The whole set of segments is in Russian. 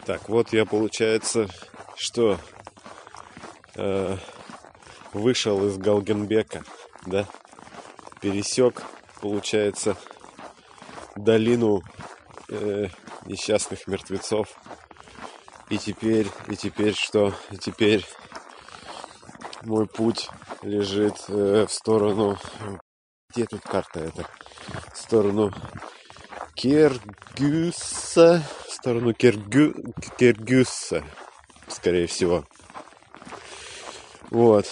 Так, вот я, получается, что вышел из Галгенбека, да, пересек, получается, долину несчастных мертвецов. И теперь что? И теперь мой путь лежит в сторону... Где тут карта эта? В сторону Киргиза. В сторону Киргиза, скорее всего. Вот.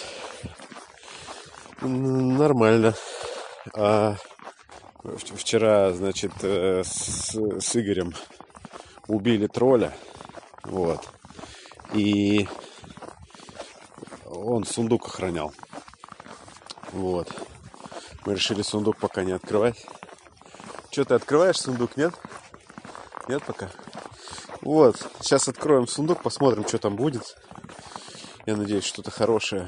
Нормально. А вчера, значит, с Игорем убили тролля. Вот. И он сундук охранял. Вот. Мы решили сундук пока не открывать. Что, ты открываешь сундук, нет? Нет пока? Вот. Сейчас откроем сундук, посмотрим, что там будет. Я надеюсь, что-то хорошее.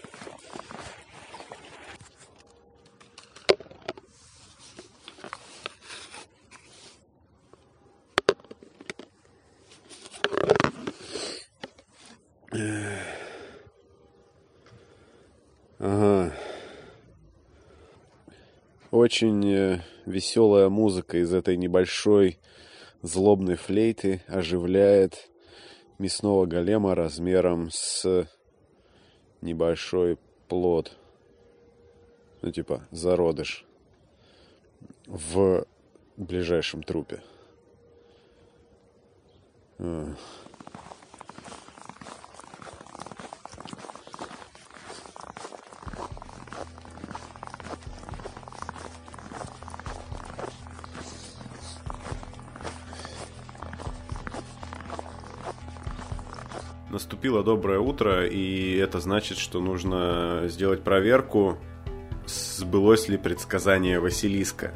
Ага. Очень веселая музыка из этой небольшой злобной флейты оживляет мясного голема размером с небольшой плод. Ну, типа, зародыш в ближайшем трупе. Наступило доброе утро, и это значит, что нужно сделать проверку, сбылось ли предсказание Василиска.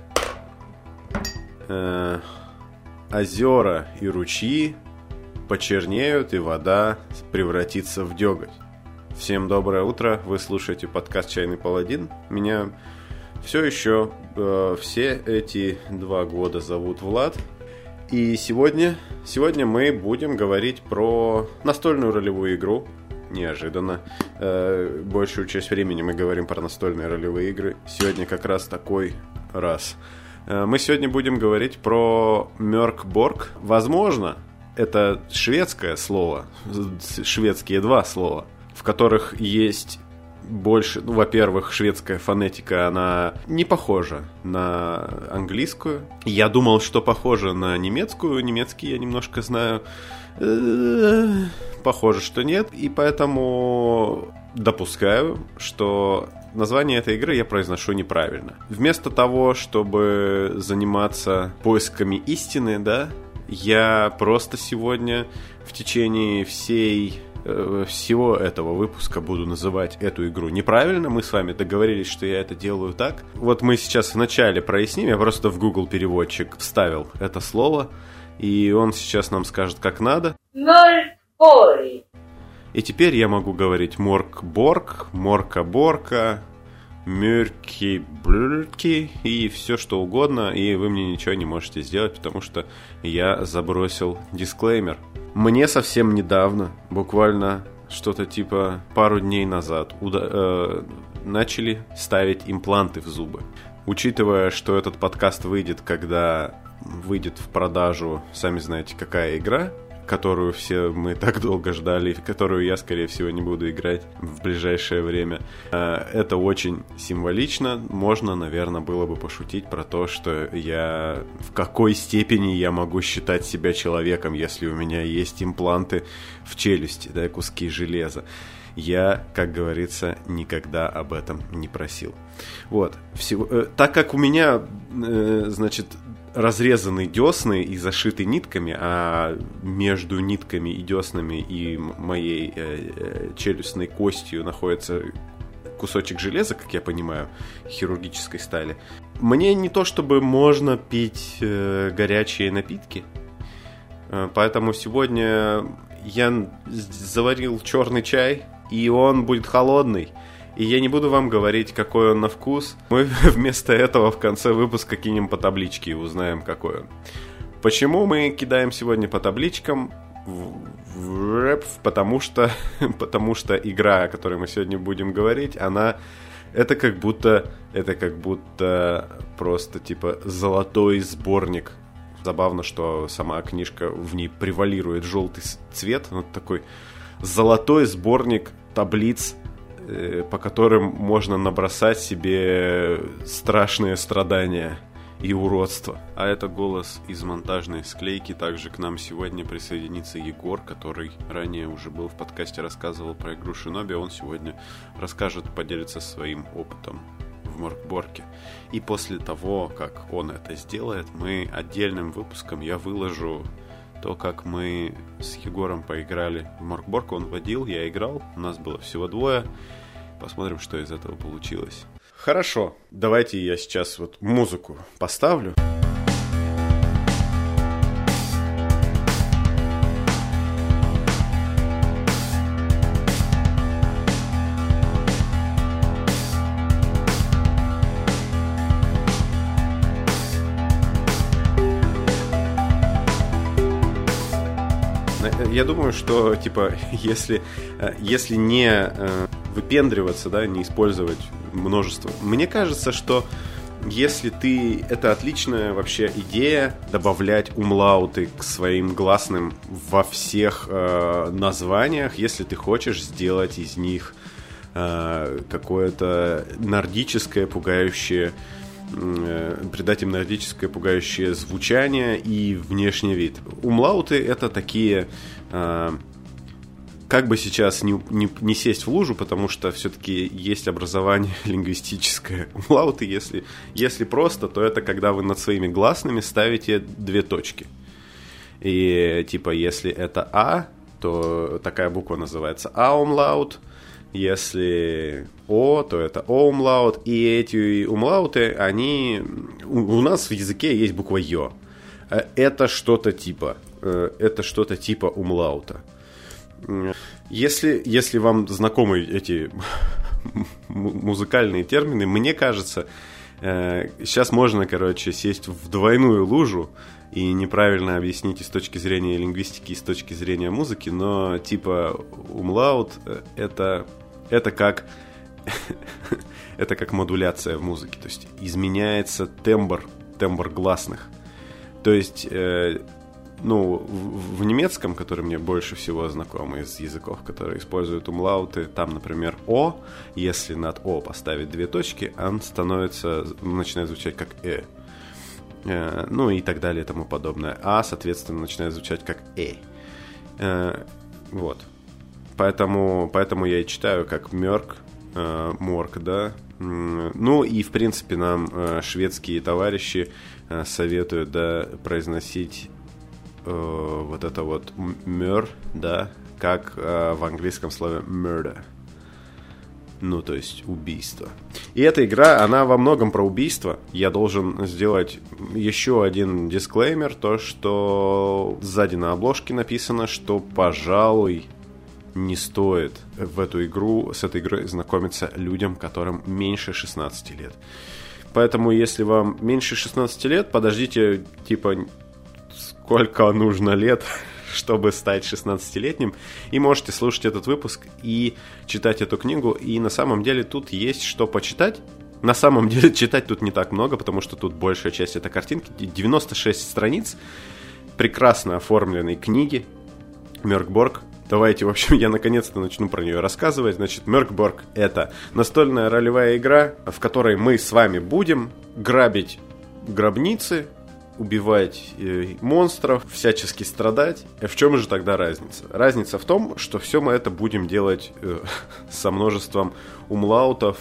Озера и ручьи почернеют, и вода превратится в деготь. Всем доброе утро, вы слушаете подкаст «Чайный паладин». Меня все еще все эти 2 года зовут Влад. И сегодня мы будем говорить про настольную ролевую игру. Неожиданно. Большую часть времени мы говорим про настольные ролевые игры. Сегодня как раз такой раз. Мы сегодня будем говорить про Мörk Borg. Возможно, это шведское слово, шведские 2 слова, в которых есть больше... Ну, во-первых, шведская фонетика, она не похожа на английскую. Я думал, что похожа на немецкую. Немецкий я немножко знаю. Похоже, что нет. И поэтому допускаю, что название этой игры я произношу неправильно. Вместо того, чтобы заниматься поисками истины, да, я просто сегодня в течение всего этого выпуска буду называть эту игру неправильно. Мы с вами договорились, что я это делаю так. Вот мы сейчас вначале проясним. Я просто в Google переводчик вставил это слово, и он сейчас нам скажет, как надо. Мörk. И теперь я могу говорить Mörk Borg, Морка Борка, Мörki Blurki и все что угодно, и вы мне ничего не можете сделать, потому что я забросил дисклеймер. Мне совсем недавно, буквально что-то типа пару дней назад, начали ставить импланты в зубы. Учитывая, что этот подкаст выйдет, когда выйдет в продажу, сами знаете, какая игра, которую все мы так долго ждали, которую я, скорее всего, не буду играть в ближайшее время. Это очень символично. Можно, наверное, было бы пошутить про то, что в какой степени я могу считать себя человеком, если у меня есть импланты в челюсти, да, куски железа. Я, как говорится, никогда об этом не просил. Вот. Так как у меня, значит, разрезаны десны и зашиты нитками, а между нитками и деснами и моей челюстной костью находится кусочек железа, как я понимаю, хирургической стали. Мне не то чтобы можно пить горячие напитки, поэтому сегодня я заварил черный чай, и он будет холодный. И я не буду вам говорить, какой он на вкус. Мы вместо этого в конце выпуска кинем по табличке и узнаем, какой он. Почему мы кидаем сегодня по табличкам? потому что игра, о которой мы сегодня будем говорить, это как будто просто типа золотой сборник. Забавно, что сама книжка, в ней превалирует желтый цвет, вот такой золотой сборник таблиц, по которым можно набросать себе страшные страдания и уродство. А это голос из монтажной склейки. Также к нам сегодня присоединится Егор, который ранее уже был в подкасте, рассказывал про игру Шиноби. Он сегодня расскажет, поделится своим опытом в Моркборке. И после того, как он это сделает, мы отдельным выпуском я выложу то, как мы с Егором поиграли в Моркборк. Он водил, я играл, у нас было всего 2. Посмотрим, что из этого получилось. Хорошо, давайте я сейчас вот музыку поставлю. Я думаю, что, типа, если не выпендриваться, да, не использовать множество. Мне кажется, что это отличная вообще идея добавлять умлауты к своим гласным во всех названиях, если ты хочешь сделать из них какое-то нордическое пугающее, придать им нордическое пугающее звучание и внешний вид. Умлауты — это такие... Как бы сейчас не сесть в лужу, потому что все-таки есть образование лингвистическое. Умлауты, если просто, то это когда вы над своими гласными ставите 2 точки. И типа если это А, то такая буква называется А-умлаут. Если О, то это О-умлаут. И эти умлауты, они... У нас в языке есть буква Ё. Это что-то типа умлаута. Если вам знакомы эти музыкальные термины, мне кажется, сейчас можно, сесть в двойную лужу и неправильно объяснить и с точки зрения лингвистики, и с точки зрения музыки, но типа умлаут это как модуляция в музыке, то есть изменяется тембр гласных. То есть в немецком, который мне больше всего знаком из языков, которые используют умлауты, там, например, О, если над О поставить 2 точки, он начинает звучать как и так далее и тому подобное. А, соответственно, начинает звучать как вот. Поэтому я и читаю как морк, да. И, в принципе, нам шведские товарищи советуют, да, произносить вот это вот mör, да, как в английском слове murder. То есть убийство. И эта игра, она во многом про убийство. Я должен сделать еще один дисклеймер, то, что сзади на обложке написано, что, пожалуй, не стоит с этой игрой знакомиться людям, которым меньше 16 лет. Поэтому, если вам меньше 16 лет, подождите, сколько нужно лет, чтобы стать 16-летним, и можете слушать этот выпуск и читать эту книгу. И на самом деле тут есть что почитать. На самом деле читать тут не так много, потому что тут большая часть это картинки. 96 страниц прекрасно оформленной книги Моркборк. Давайте, в общем, я наконец-то начну про нее рассказывать. Значит, Моркборк — это настольная ролевая игра, в которой мы с вами будем грабить гробницы, убивать монстров, всячески страдать. В чем же тогда разница? Разница в том, что все мы это будем делать со множеством умлаутов,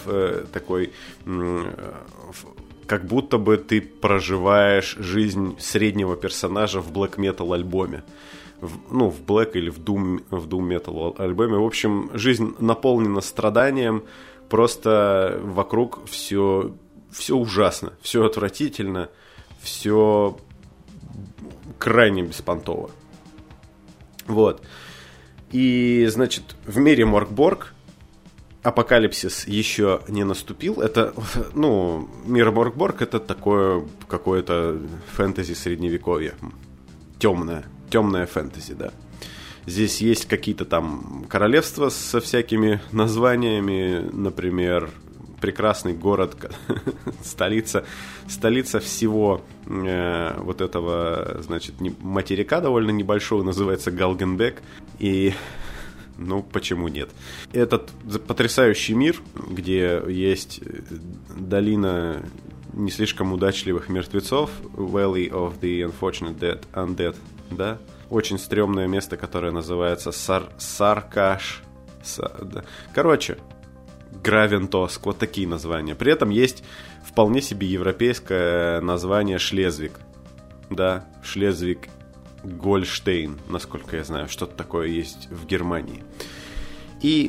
как будто бы ты проживаешь жизнь среднего персонажа в Black Metal альбоме. В Black или в Doom Metal альбоме. В общем, жизнь наполнена страданием, просто вокруг все ужасно, все отвратительно, все крайне беспонтово. Вот. И, значит, в мире Моркборк апокалипсис еще не наступил. Это, мир Моркборк — это такое какое-то фэнтези средневековья. Темное фэнтези, да. Здесь есть какие-то там королевства со всякими названиями, например, прекрасный город, столица всего вот этого, значит, материка довольно небольшого, называется Галгенбек, и, ну, почему нет? Этот потрясающий мир, где есть долина не слишком удачливых мертвецов, Valley of the Unfortunate Undead, да? Очень стрёмное место, которое называется Саркаш. Короче, Гравентоск, вот такие названия. При этом есть вполне себе европейское название Шлезвиг. Да, Шлезвиг-Гольштейн, насколько я знаю, что-то такое есть в Германии. И,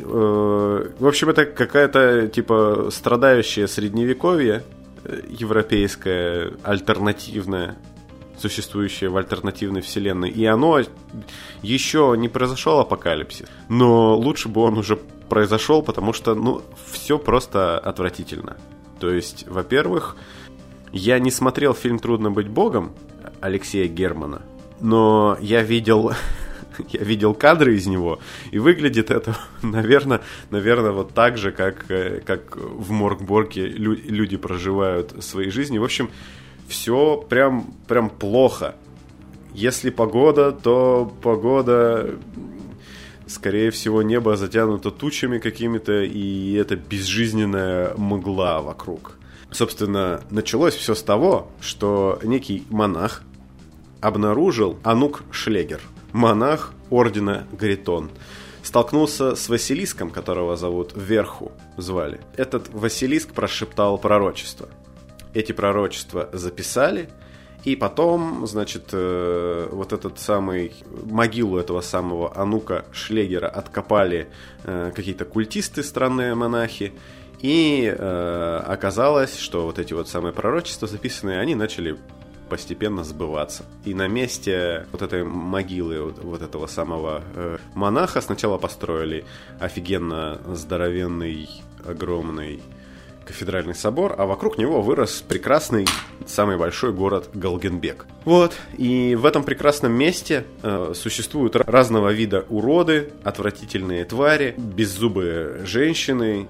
в общем, это какая-то, типа, страдающая средневековье, европейское, альтернативное, существующее в альтернативной вселенной. И оно еще не произошел апокалипсис, но лучше бы он уже произошел, потому что, ну, все просто отвратительно. То есть, во-первых, я не смотрел фильм «Трудно быть богом» Алексея Германа, но я видел кадры из него, и выглядит это, наверное, вот так же, как в Моркборке люди проживают свои жизни. В общем, все прям плохо. Если погода, то погода, скорее всего, небо затянуто тучами какими-то, и это безжизненная мгла вокруг. Собственно, началось все с того, что некий монах обнаружил Анук Шлегер, монах ордена Гаритон, столкнулся с Василиском, которого зовут Верху, звали. Этот Василиск прошептал пророчество. Эти пророчества записали, и потом, значит, вот этот самый могилу этого самого Анука Шлегера откопали какие-то культисты, странные монахи, и оказалось, что вот эти вот самые пророчества записанные, они начали постепенно сбываться. И на месте вот этой могилы вот этого самого монаха сначала построили офигенно здоровенный, огромный кафедральный собор, а вокруг него вырос прекрасный, самый большой город Галгенбек. Вот, и в этом прекрасном месте существуют разного вида уроды, отвратительные твари, беззубые женщины,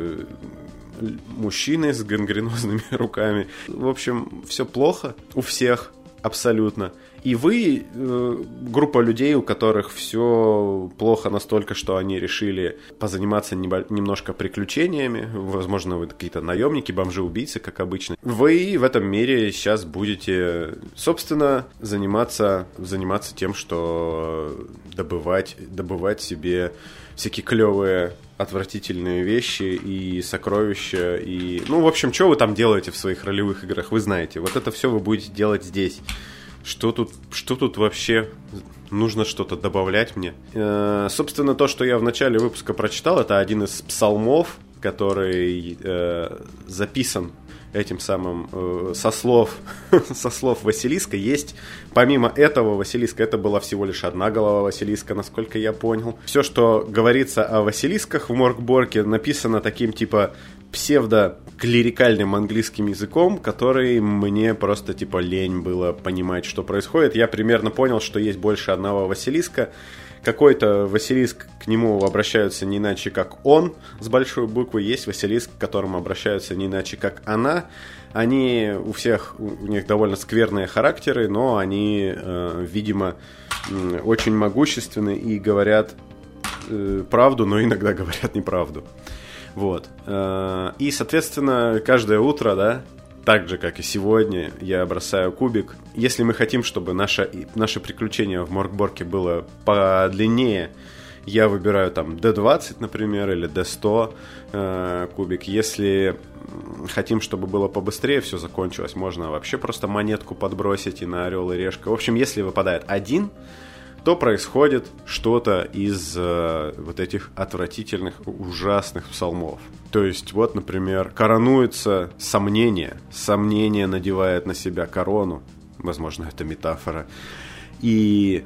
мужчины с гангренозными руками. В общем, все плохо у всех абсолютно. И вы, группа людей, у которых все плохо настолько, что они решили позаниматься немножко приключениями, возможно, вы какие-то наемники, бомжи-убийцы, как обычно, вы в этом мире сейчас будете, собственно, заниматься тем, что добывать себе всякие клевые, отвратительные вещи и сокровища, и... Ну, в общем, что вы там делаете в своих ролевых играх, вы знаете. Вот это все вы будете делать здесь. Что тут вообще нужно что-то добавлять мне? Собственно, то, что я в начале выпуска прочитал, это один из псалмов, который записан этим самым со слов Василиска. Есть, помимо этого Василиска, это была всего лишь одна голова Василиска, насколько я понял. Все, что говорится о Василисках в Моркборке, написано таким типа псевдо-клерикальным английским языком, который мне просто типа лень было понимать, что происходит. Я примерно понял, что есть больше одного Василиска. Какой-то Василиск, к нему обращаются не иначе, как он, с большой буквы. Есть Василиск, к которому обращаются не иначе, как она. Они у них довольно скверные характеры, но они, видимо, очень могущественны и говорят правду, но иногда говорят неправду. Вот. И, соответственно, каждое утро, да, так же, как и сегодня, я бросаю кубик. Если мы хотим, чтобы наше приключение в Моркборке было подлиннее, я выбираю там D20, например, или D100 кубик. Если хотим, чтобы было побыстрее все закончилось, можно вообще просто монетку подбросить и на орел и решка. В общем, если выпадает 1, то происходит что-то из вот этих отвратительных, ужасных псалмов. То есть, вот, например, коронуется сомнение. Сомнение надевает на себя корону. Возможно, это метафора. И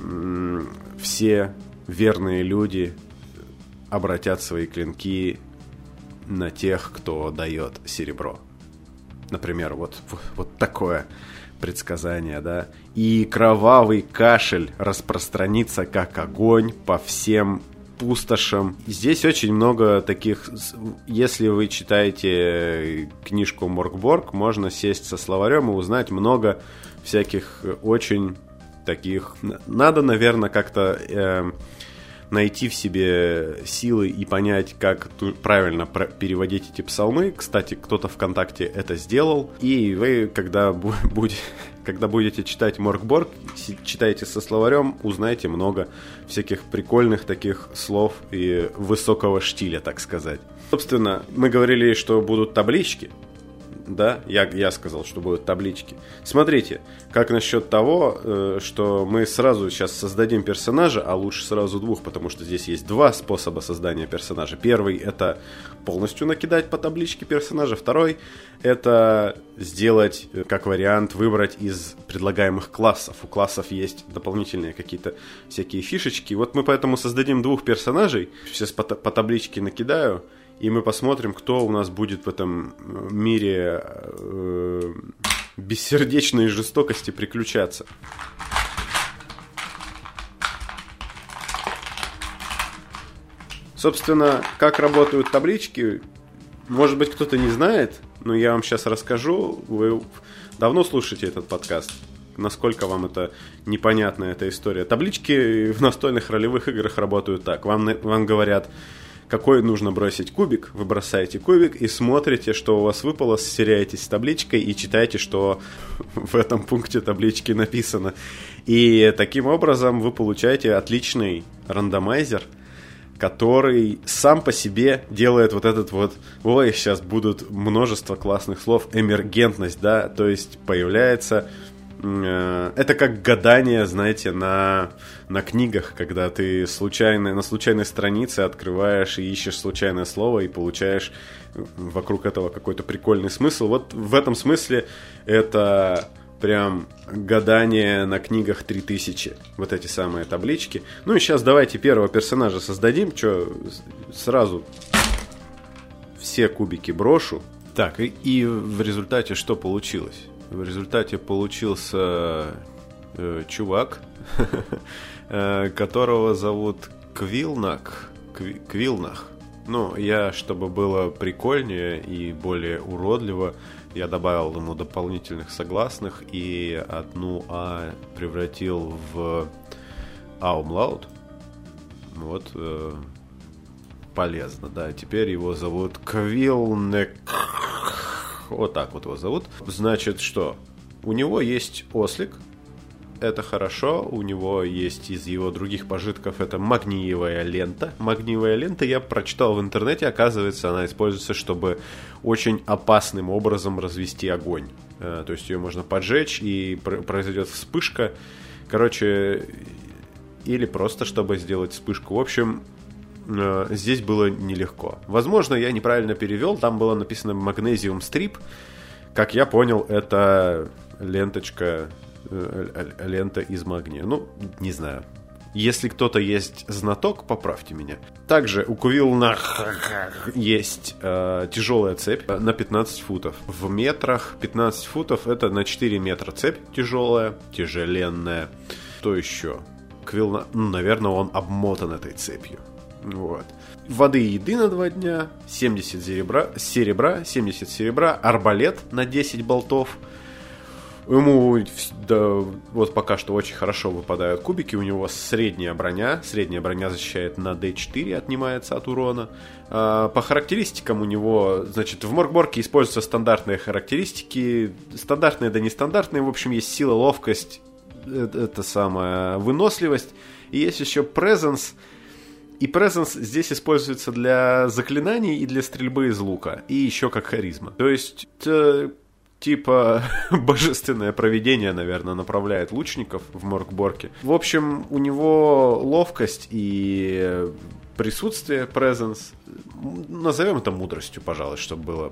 все верные люди обратят свои клинки на тех, кто дает серебро. Например, вот такое предсказание, да. И кровавый кашель распространится, как огонь, по всем пустошам. Здесь очень много таких... Если вы читаете книжку Моркборг, можно сесть со словарем и узнать много всяких очень таких... Надо, наверное, как-то... найти в себе силы и понять, как правильно переводить эти псалмы. Кстати, кто-то ВКонтакте это сделал. И вы, когда будете читать Моркборг, читайте со словарем, узнаете много всяких прикольных таких слов и высокого штиля, так сказать. Собственно, мы говорили, что будут таблички. Да, я сказал, что будут таблички. Смотрите, как насчет того, что мы сразу сейчас создадим персонажа, а лучше сразу двух, потому что здесь есть два способа создания персонажа. Первый — это полностью накидать по табличке персонажа. Второй — это сделать, как вариант, выбрать из предлагаемых классов. У классов есть дополнительные какие-то всякие фишечки. Вот мы поэтому создадим двух персонажей. Сейчас по табличке накидаю. И мы посмотрим, кто у нас будет в этом мире бессердечной жестокости приключаться. Собственно, как работают таблички, может быть, кто-то не знает, но я вам сейчас расскажу. Вы давно слушаете этот подкаст? Насколько вам это непонятна эта история? Таблички в настольных ролевых играх работают так. Вам говорят... Какой нужно бросить кубик, вы бросаете кубик и смотрите, что у вас выпало, сверяетесь с табличкой и читаете, что в этом пункте таблички написано. И таким образом вы получаете отличный рандомайзер, который сам по себе делает вот этот вот... Ой, сейчас будут множество классных слов. Эмергентность, да, то есть появляется... Это как гадание, знаете, на книгах, когда ты на случайной странице открываешь и ищешь случайное слово и получаешь вокруг этого какой-то прикольный смысл. Вот в этом смысле это прям гадание на книгах 3000. Вот эти самые таблички. Ну и сейчас давайте первого персонажа создадим. Сразу все кубики брошу. Так, и в результате что получилось? В результате получился чувак, которого зовут Квилнах. Ну, чтобы было прикольнее и более уродливо, я добавил ему дополнительных согласных и одну «а» превратил в «аумлаут». Вот, полезно, да. Теперь его зовут Квилнек. Вот так вот его зовут. Значит, что? У него есть ослик. Это хорошо. У него есть из его других пожитков это магниевая лента. Магниевая лента, я прочитал в интернете, оказывается, она используется, чтобы очень опасным образом развести огонь. То есть ее можно поджечь, и произойдет вспышка. Короче, или просто, чтобы сделать вспышку. В общем... Здесь было нелегко. Возможно, я неправильно перевел. Там было написано Magnesium Strip. Как я понял, это лента из магния. Ну, не знаю. Если кто-то есть знаток, поправьте меня. Также у Квилна есть тяжелая цепь на 15 футов. В метрах 15 футов это на 4 метра цепь тяжелая, тяжеленная. Что еще? Квилна, наверное, он обмотан этой цепью. Вот. Воды и еды на 2 дня, 70 серебра, арбалет на 10 болтов. Ему вот пока что очень хорошо выпадают кубики. У него средняя броня защищает на D4, отнимается от урона. По характеристикам у него, значит, в Моркборге используются стандартные характеристики. Стандартные да нестандартные. В общем, есть сила, ловкость, это самая выносливость. И есть еще presence. И presence здесь используется для заклинаний и для стрельбы из лука. И еще как харизма. То есть, типа, божественное провидение, наверное, направляет лучников в Моркборге. В общем, у него ловкость и присутствие, presence. Назовем это мудростью, пожалуй, чтобы было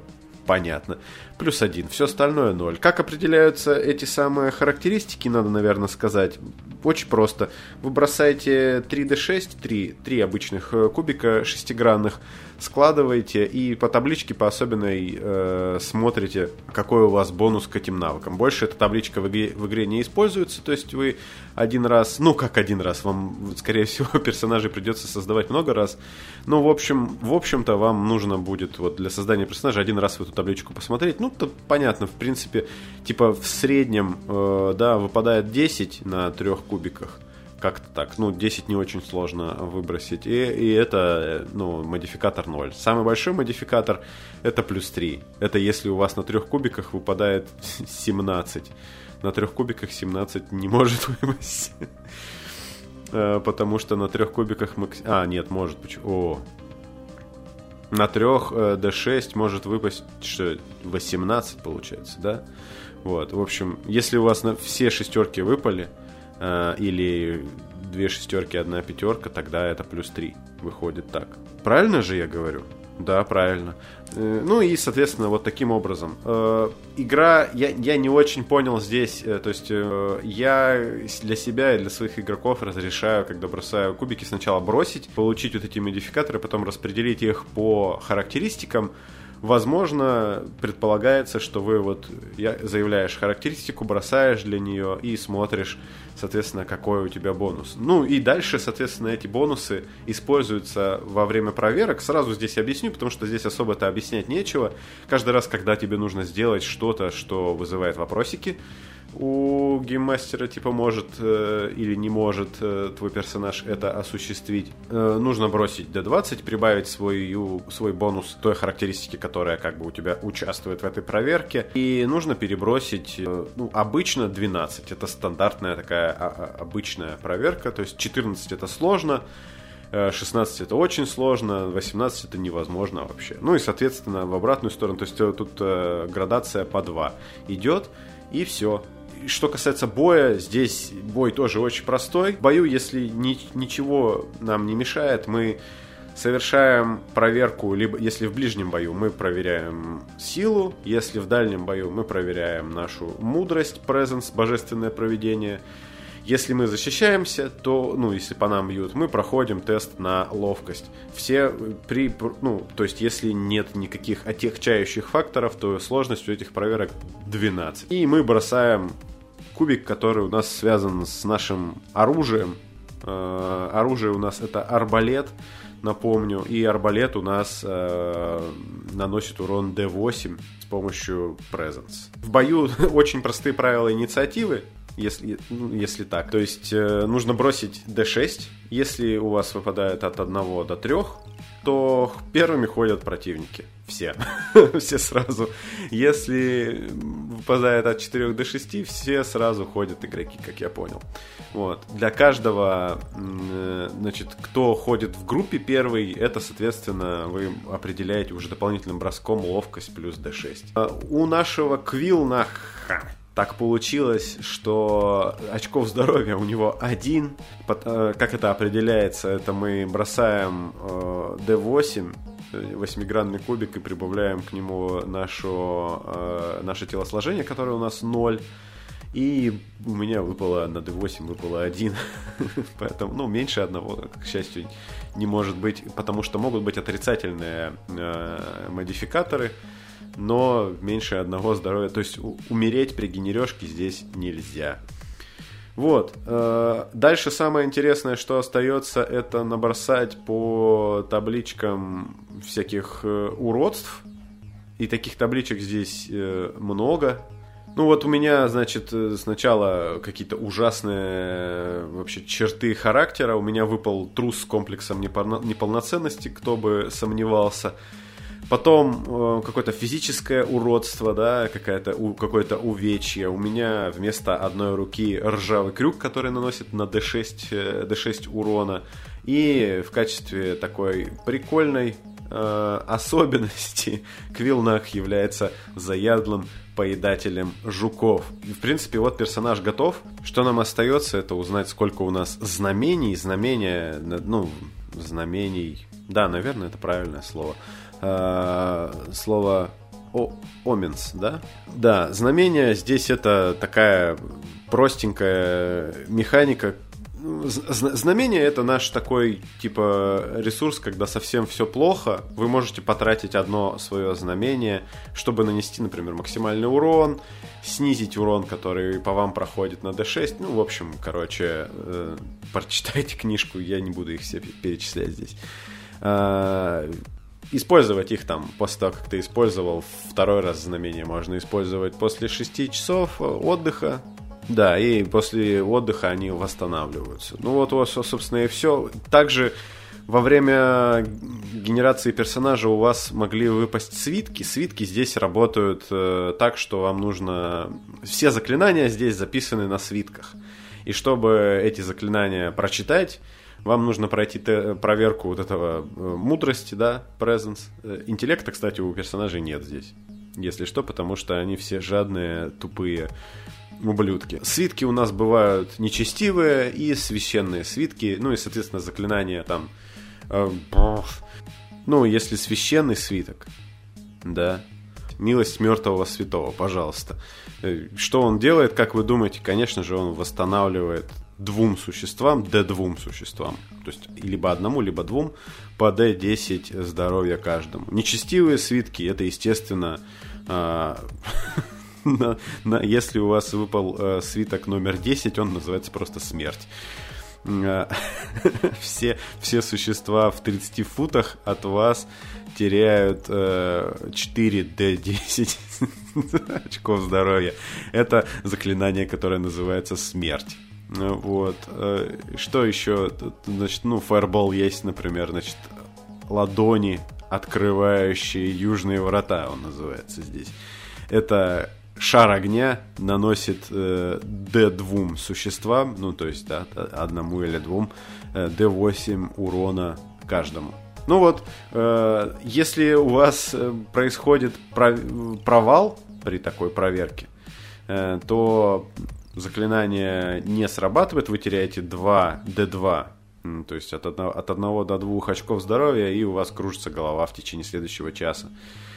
понятно. +1. Все остальное 0. Как определяются эти самые характеристики, надо, наверное, сказать. Очень просто. Вы бросаете 3d6, 3 обычных кубика шестигранных, складываете и по табличке по особенной смотрите, какой у вас бонус к этим навыкам. Больше эта табличка в игре не используется, то есть вы один раз, вам, скорее всего, персонажей придется создавать много раз. Но, в общем-то, вам нужно будет вот для создания персонажа один раз в эту табличку посмотреть. Ну, то понятно, в принципе, типа в среднем, выпадает 10 на 3 кубиках. Как-то так. 10 не очень сложно выбросить. И это, модификатор 0. Самый большой модификатор это +3. Это если у вас на 3 кубиках выпадает 17. На 3 кубиках 17 не может выпасть. Потому что на 3 кубиках... нет, может. Почему? На 3 D6 может выпасть 18, получается, да? Вот. В общем, если у вас все шестерки выпали, или 2 шестерки, 1 пятерка, тогда это +3 выходит так. Правильно же я говорю? Да, правильно. И, соответственно, вот таким образом. Игра, я не очень понял здесь, то есть я для себя и для своих игроков разрешаю, когда бросаю кубики, сначала бросить, получить вот эти модификаторы, потом распределить их по характеристикам. Возможно, предполагается, что вы заявляешь характеристику, бросаешь для нее и смотришь, соответственно, какой у тебя бонус. И дальше, соответственно, эти бонусы используются во время проверок. Сразу здесь объясню, потому что здесь особо-то объяснять нечего. Каждый раз, когда тебе нужно сделать что-то, что вызывает вопросики, у гейммастера может или не может твой персонаж это осуществить, нужно бросить D20, прибавить свой бонус той характеристики, которая у тебя участвует в этой проверке, и нужно перебросить, обычно 12, это стандартная такая обычная проверка, то есть 14 это сложно, 16 это очень сложно, 18 это невозможно вообще. И, соответственно, в обратную сторону, то есть тут градация по 2 идет, и все. Что касается боя, здесь бой тоже очень простой. В бою, если ничего нам не мешает, мы совершаем проверку, либо если в ближнем бою мы проверяем силу, если в дальнем бою мы проверяем нашу мудрость, presence, божественное провидение. Если мы защищаемся, то, если по нам бьют, мы проходим тест на ловкость. То есть, если нет никаких отягчающих факторов, то сложность у этих проверок 12. И мы бросаем кубик, который у нас связан с нашим оружием. Оружие у нас это арбалет, напомню. И арбалет у нас наносит урон D8 с помощью presence. В бою очень простые правила инициативы. Если так. То есть нужно бросить D6. Если у вас выпадает от 1 до 3, то первыми ходят противники. Все. Все сразу. Если выпадает от 4 до 6, все сразу ходят игроки, как я понял. Вот. Для каждого, кто ходит в группе первый, это, соответственно, вы определяете уже дополнительным броском ловкость плюс D6. У нашего Квилнаха так получилось, что очков здоровья у него 1. Как это определяется? Это мы бросаем D8, 8-гранный кубик, и прибавляем к нему наше телосложение, которое у нас 0. И у меня на D8 выпало 1. Поэтому, меньше 1, к счастью, не может быть, потому что могут быть отрицательные модификаторы, но меньше 1 здоровья. То есть умереть при генережке здесь нельзя. Вот. Дальше самое интересное, что остается, это набросать по табличкам всяких уродств. И таких табличек здесь много. У меня, сначала какие-то ужасные вообще черты характера. У меня выпал трус с комплексом неполноценности, кто бы сомневался. Потом какое-то физическое уродство, да, какое-то увечье. У меня вместо одной руки ржавый крюк, который наносит на D6 урона. И в качестве такой прикольной особенности Квилнах является заядлым поедателем жуков. И, в принципе, персонаж готов. Что нам остается, это узнать, сколько у нас знамений. Знамений. Да, наверное, это правильное слово. Слово Omens, да? Да, знамения здесь это такая простенькая механика. Знамение — это наш такой, типа, ресурс, когда совсем все плохо. Вы можете потратить одно свое знамение, чтобы нанести, например, максимальный урон, снизить урон, который по вам проходит на D6. Ну, в общем, короче, прочитайте книжку, я не буду их все перечислять здесь. Использовать их там после того, как ты использовал второй раз знамение, можно использовать после 6 часов отдыха. Да, и после отдыха они восстанавливаются. Ну вот, собственно, и все. Также во время генерации персонажа у вас могли выпасть свитки. Свитки здесь работают так, что вам нужно... Все заклинания здесь записаны на свитках. И чтобы эти заклинания прочитать, вам нужно пройти проверку вот этого мудрости, да, presence. Интеллекта, кстати, у персонажей нет здесь, если что, потому что они все жадные, тупые ублюдки. Свитки у нас бывают нечестивые и священные свитки, ну и, соответственно, заклинания там... Ну, если священный свиток, да, милость мертвого святого, пожалуйста. Что он делает, как вы думаете? Конечно же, он восстанавливает двум существам, D2 существам, то есть либо одному, либо двум, по D10 здоровья каждому. Нечестивые свитки, это, естественно, если у вас выпал свиток номер 10, он называется просто смерть. Все существа в 30 футах от вас теряют 4D10 очков здоровья. Это заклинание, которое называется смерть. Вот. Что еще? Значит, Fireball есть, например, значит, ладони, открывающие южные врата, он называется здесь. Это шар огня наносит D2 существам, ну, то есть, да, одному или двум, D8 урона каждому. Ну вот, если у вас происходит провал при такой проверке, то заклинание не срабатывает, вы теряете 2 D2, то есть от 1 до 2 очков здоровья, и у вас кружится голова в течение следующего часа.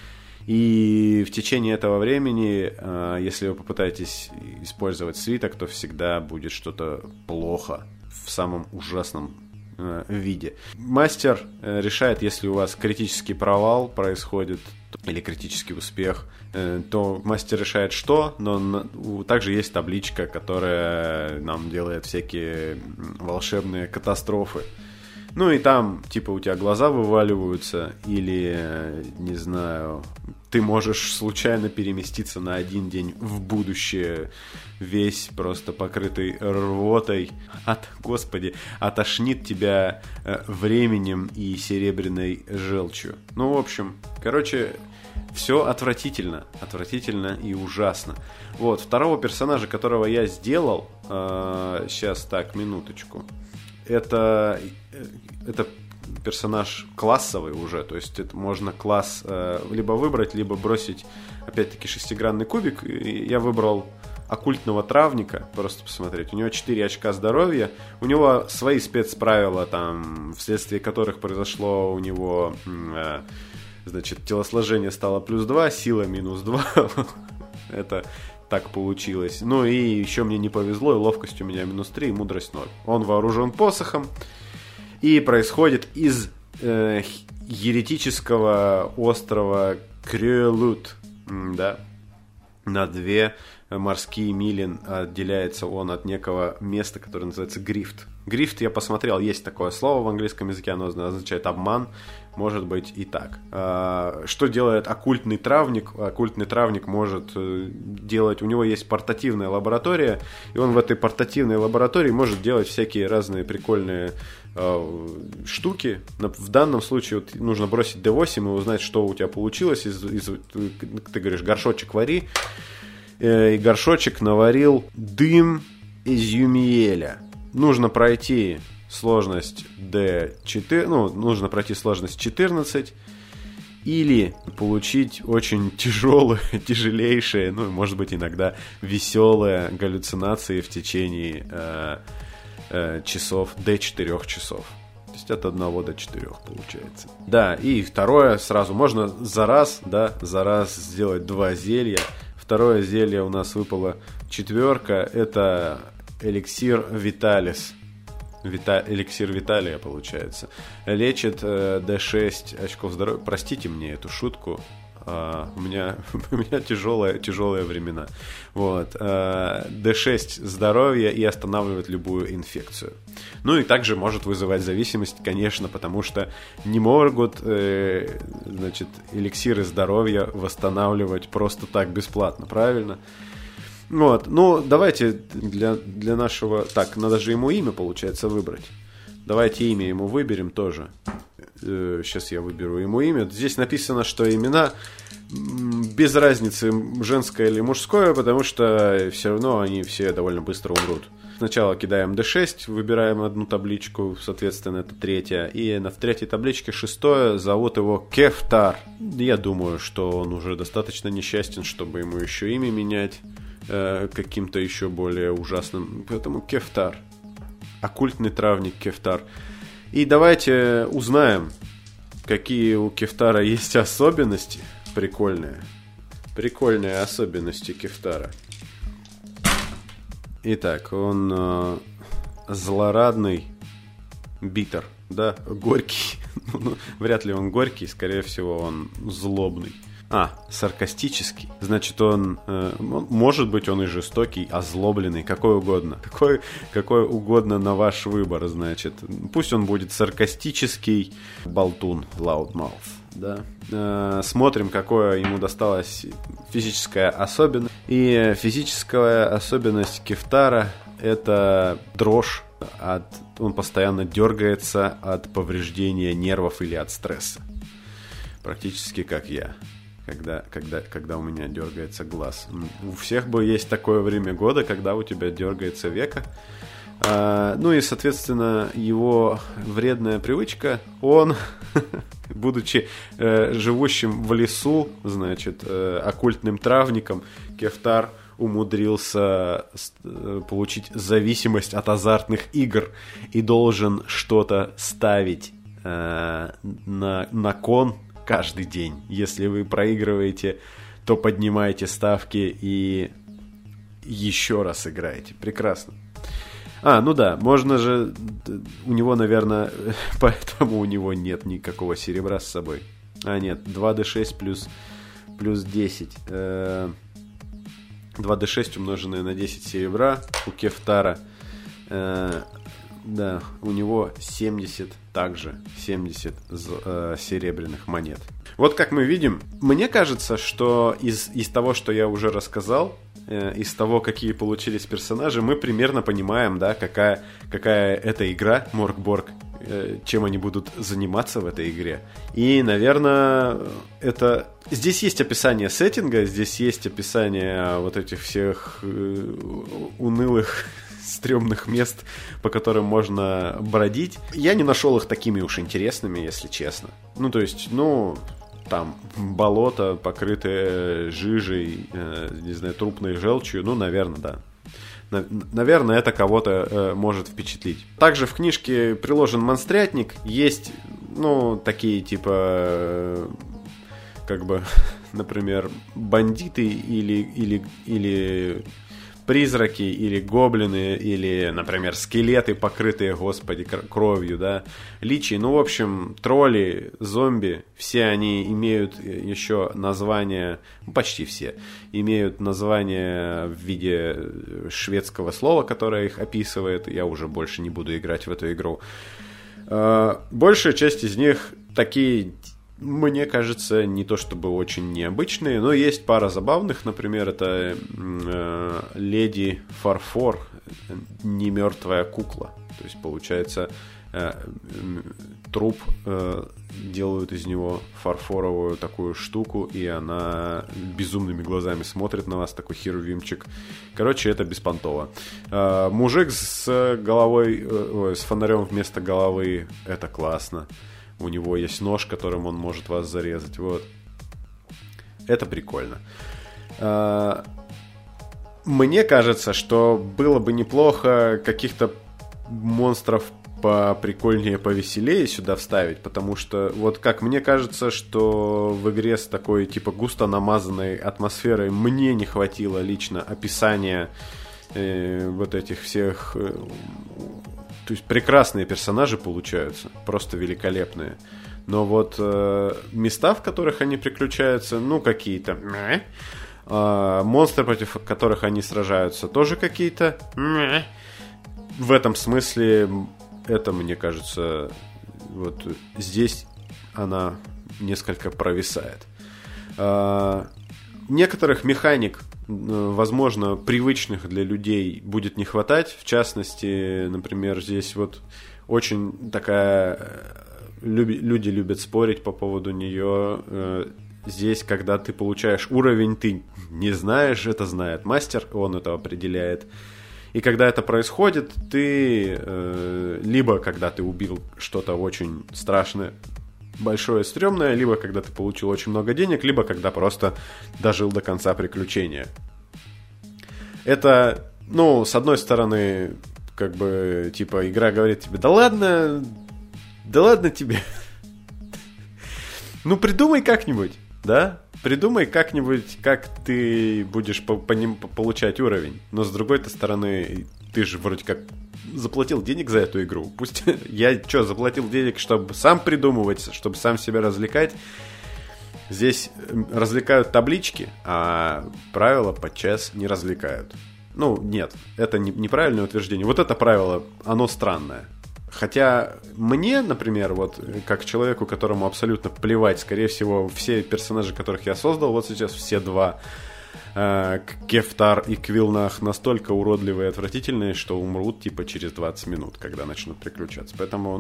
И в течение этого времени, если вы попытаетесь использовать свиток, то всегда будет что-то плохо в самом ужасном виде. Мастер решает, если у вас критический провал происходит или критический успех, то мастер решает что, но также есть табличка, которая нам делает всякие волшебные катастрофы. Ну и там, типа, у тебя глаза вываливаются, или, не знаю, ты можешь случайно переместиться на один день в будущее, весь просто покрытый рвотой. Отошнит тебя временем и серебряной желчью. Ну, в общем, короче, все отвратительно. Отвратительно и ужасно. Вот, второго персонажа, которого я сделал, сейчас, так, минуточку. Это персонаж классовый уже, то есть это можно класс либо выбрать, либо бросить, опять-таки, шестигранный кубик. Я выбрал оккультного травника, просто посмотреть. У него 4 очка здоровья, у него свои спецправила, там, вследствие которых произошло у него, значит, телосложение стало +2, сила -2. Это так получилось. Ну и еще мне не повезло, и ловкость у меня -3, и мудрость 0. Он вооружен посохом. И происходит из еретического острова Крюэлут, да, на 2 морские мили отделяется он от некого места, которое называется Грифт. Грифт, я посмотрел, есть такое слово в английском языке, оно означает обман, может быть и так. Что делает оккультный травник? Оккультный травник может делать, у него есть портативная лаборатория, и он в этой портативной лаборатории может делать всякие разные прикольные штуки. В данном случае вот, нужно бросить D8 и узнать, что у тебя получилось. Ты говоришь, горшочек вари. И горшочек наварил дым изюмиеля. Нужно пройти сложность D4, нужно пройти сложность 14, или получить очень тяжелейшие, может быть, иногда веселые галлюцинации в течение часов, D4 часов. То есть есть от 1 до 4 получается. Да, и второе сразу, можно за раз сделать 2 зелья. Второе зелье у нас выпало 4, это эликсир Виталис. Эликсир Виталия получается. Лечит D6 очков здоровья. Простите мне эту шутку. У меня тяжелые времена. Вот. D6 здоровья и останавливает любую инфекцию. Ну и также может вызывать зависимость, конечно, потому что не могут эликсиры здоровья восстанавливать просто так бесплатно, правильно? Вот. Ну, давайте для нашего... Так, надо же ему имя, получается, выбрать. Давайте имя ему выберем тоже. Сейчас я выберу ему имя. Здесь написано, что имена без разницы, женское или мужское, потому что все равно они все довольно быстро умрут. Сначала кидаем D6, выбираем одну табличку, соответственно, это 3-я. И в 3-й табличке 6-е, зовут его Кефтар. Я думаю, что он уже достаточно несчастен, чтобы ему еще имя менять каким-то еще более ужасным. Поэтому Кефтар. Оккультный травник Кефтар. И давайте узнаем, какие у Кефтара есть особенности. Прикольные особенности Кефтара. Итак, он злорадный битер, да, горький. Вряд ли он горький, скорее всего, он злобный. Саркастический. Значит, он может быть, он и жестокий, озлобленный, какой угодно. Какой угодно на ваш выбор, значит. Пусть он будет саркастический болтун, loudmouth. Да. Смотрим, какое ему досталась физическая особенность. И физическая особенность Кефтара — это дрожь. Он постоянно дергается от повреждения нервов или от стресса. Практически как я. Когда у меня дергается глаз. У всех бы есть такое время года, когда у тебя дергается веко. Ну и, соответственно, его вредная привычка, он, будучи живущим в лесу, значит, оккультным травником, Кефтар умудрился получить зависимость от азартных игр и должен что-то ставить на кон каждый день. Если вы проигрываете, то поднимаете ставки и еще раз играете. Прекрасно. Ну да, можно же... У него, наверное... Поэтому у него нет никакого серебра с собой. Нет, 2d6 плюс 10. 2d6 умноженное на 10 серебра у Кефтара. Да, у него 70 серебряных монет. Вот как мы видим, мне кажется, что из того, что я уже рассказал, из того, какие получились персонажи, мы примерно понимаем, да, какая эта игра Морк-Борг, чем они будут заниматься в этой игре. И, наверное, это... Здесь есть описание сеттинга, здесь есть описание вот этих всех унылых, стрёмных мест, по которым можно бродить. Я не нашел их такими уж интересными, если честно. То есть, там болото, покрытое жижей, не знаю, трупной желчью, наверное, да. Наверное, это кого-то может впечатлить. Также в книжке приложен монстрятник. Есть, такие типа, например, бандиты или призраки, или гоблины, или, например, скелеты, покрытые, господи, кровью, да, личи. В общем, тролли, зомби, все они имеют еще название, почти все, имеют название в виде шведского слова, которое их описывает. Я уже больше не буду играть в эту игру. Большая часть из них такие... Мне кажется, не то чтобы очень необычные, но есть пара забавных. Например, это леди Фарфор, немертвая кукла. То есть, получается, труп, делают из него фарфоровую такую штуку, и она безумными глазами смотрит на вас, такой херувимчик. Короче, это беспонтово. Мужик с головой, с фонарем вместо головы, это классно. У него есть нож, которым он может вас зарезать. Вот. Это прикольно. Мне кажется, что было бы неплохо каких-то монстров поприкольнее, повеселее сюда вставить, потому что вот как мне кажется, что в игре с такой типа густо намазанной атмосферой мне не хватило лично описания вот этих всех... то есть прекрасные персонажи получаются, просто великолепные. Но вот места, в которых они приключаются, ну какие-то... монстры, против которых они сражаются, тоже какие-то... В этом смысле это, мне кажется, вот здесь она несколько провисает. Некоторых механик, возможно, привычных для людей будет не хватать. В частности, например, здесь вот очень такая... Люди любят спорить по поводу нее. Здесь, когда ты получаешь уровень, ты не знаешь, это знает мастер, он это определяет. И когда это происходит, ты либо когда ты убил что-то очень страшное, большое, стрёмное, либо когда ты получил очень много денег, либо когда просто дожил до конца приключения. Это, ну, с одной стороны, как бы, типа, игра говорит тебе, да ладно тебе. Ну, придумай как-нибудь, да? Придумай как-нибудь, как ты будешь по ним получать уровень. Но с другой-то стороны, ты же вроде как заплатил денег за эту игру. Пусть я заплатил денег, чтобы сам придумывать, чтобы сам себя развлекать. Здесь развлекают таблички, а правила подчас не развлекают. Ну, нет, это неправильное утверждение. Вот это правило, оно странное. Хотя мне, например, вот как человеку, которому абсолютно плевать, скорее всего, все персонажи, которых я создал, вот сейчас все два, Кефтар и Квилнах, настолько уродливые и отвратительные, что умрут типа через 20 минут, когда начнут приключаться. Поэтому,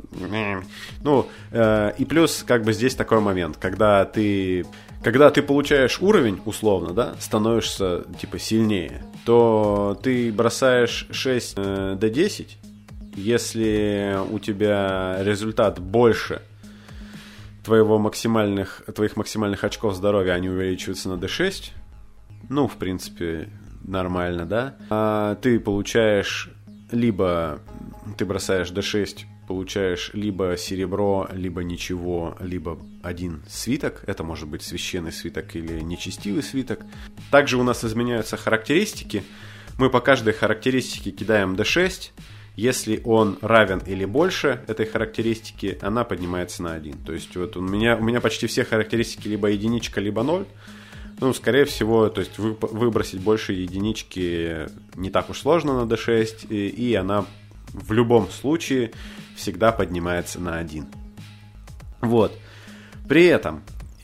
и плюс как бы здесь такой момент, когда ты получаешь уровень, условно, да, становишься типа сильнее, то ты бросаешь 6 D10. Если у тебя результат больше твоих максимальных очков здоровья, они увеличиваются на D6. Ну, в принципе, нормально, да? Ты получаешь либо... Ты бросаешь D6, получаешь либо серебро, либо ничего, либо один свиток. Это может быть священный свиток или нечестивый свиток. Также у нас изменяются характеристики. Мы по каждой характеристике кидаем D6. Если он равен или больше этой характеристики, она поднимается на 1. То есть вот у меня почти все характеристики либо единичка, либо 0. Ну, скорее всего, то есть выбросить больше единички не так уж сложно на D6, и она в любом случае всегда поднимается на 1. Вот. При этом,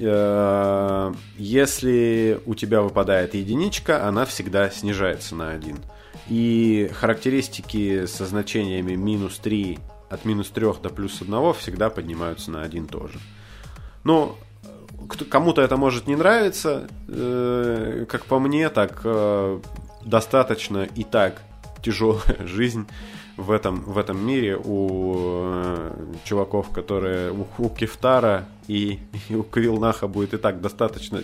если у тебя выпадает единичка, она всегда снижается на 1. И характеристики со значениями минус 3, от минус 3 до плюс 1 всегда поднимаются на 1 тоже. Но кому-то это может не нравиться, как по мне, так достаточно и так тяжелая жизнь в этом мире у чуваков, которые у Кефтара и у Квилнаха будет и так достаточно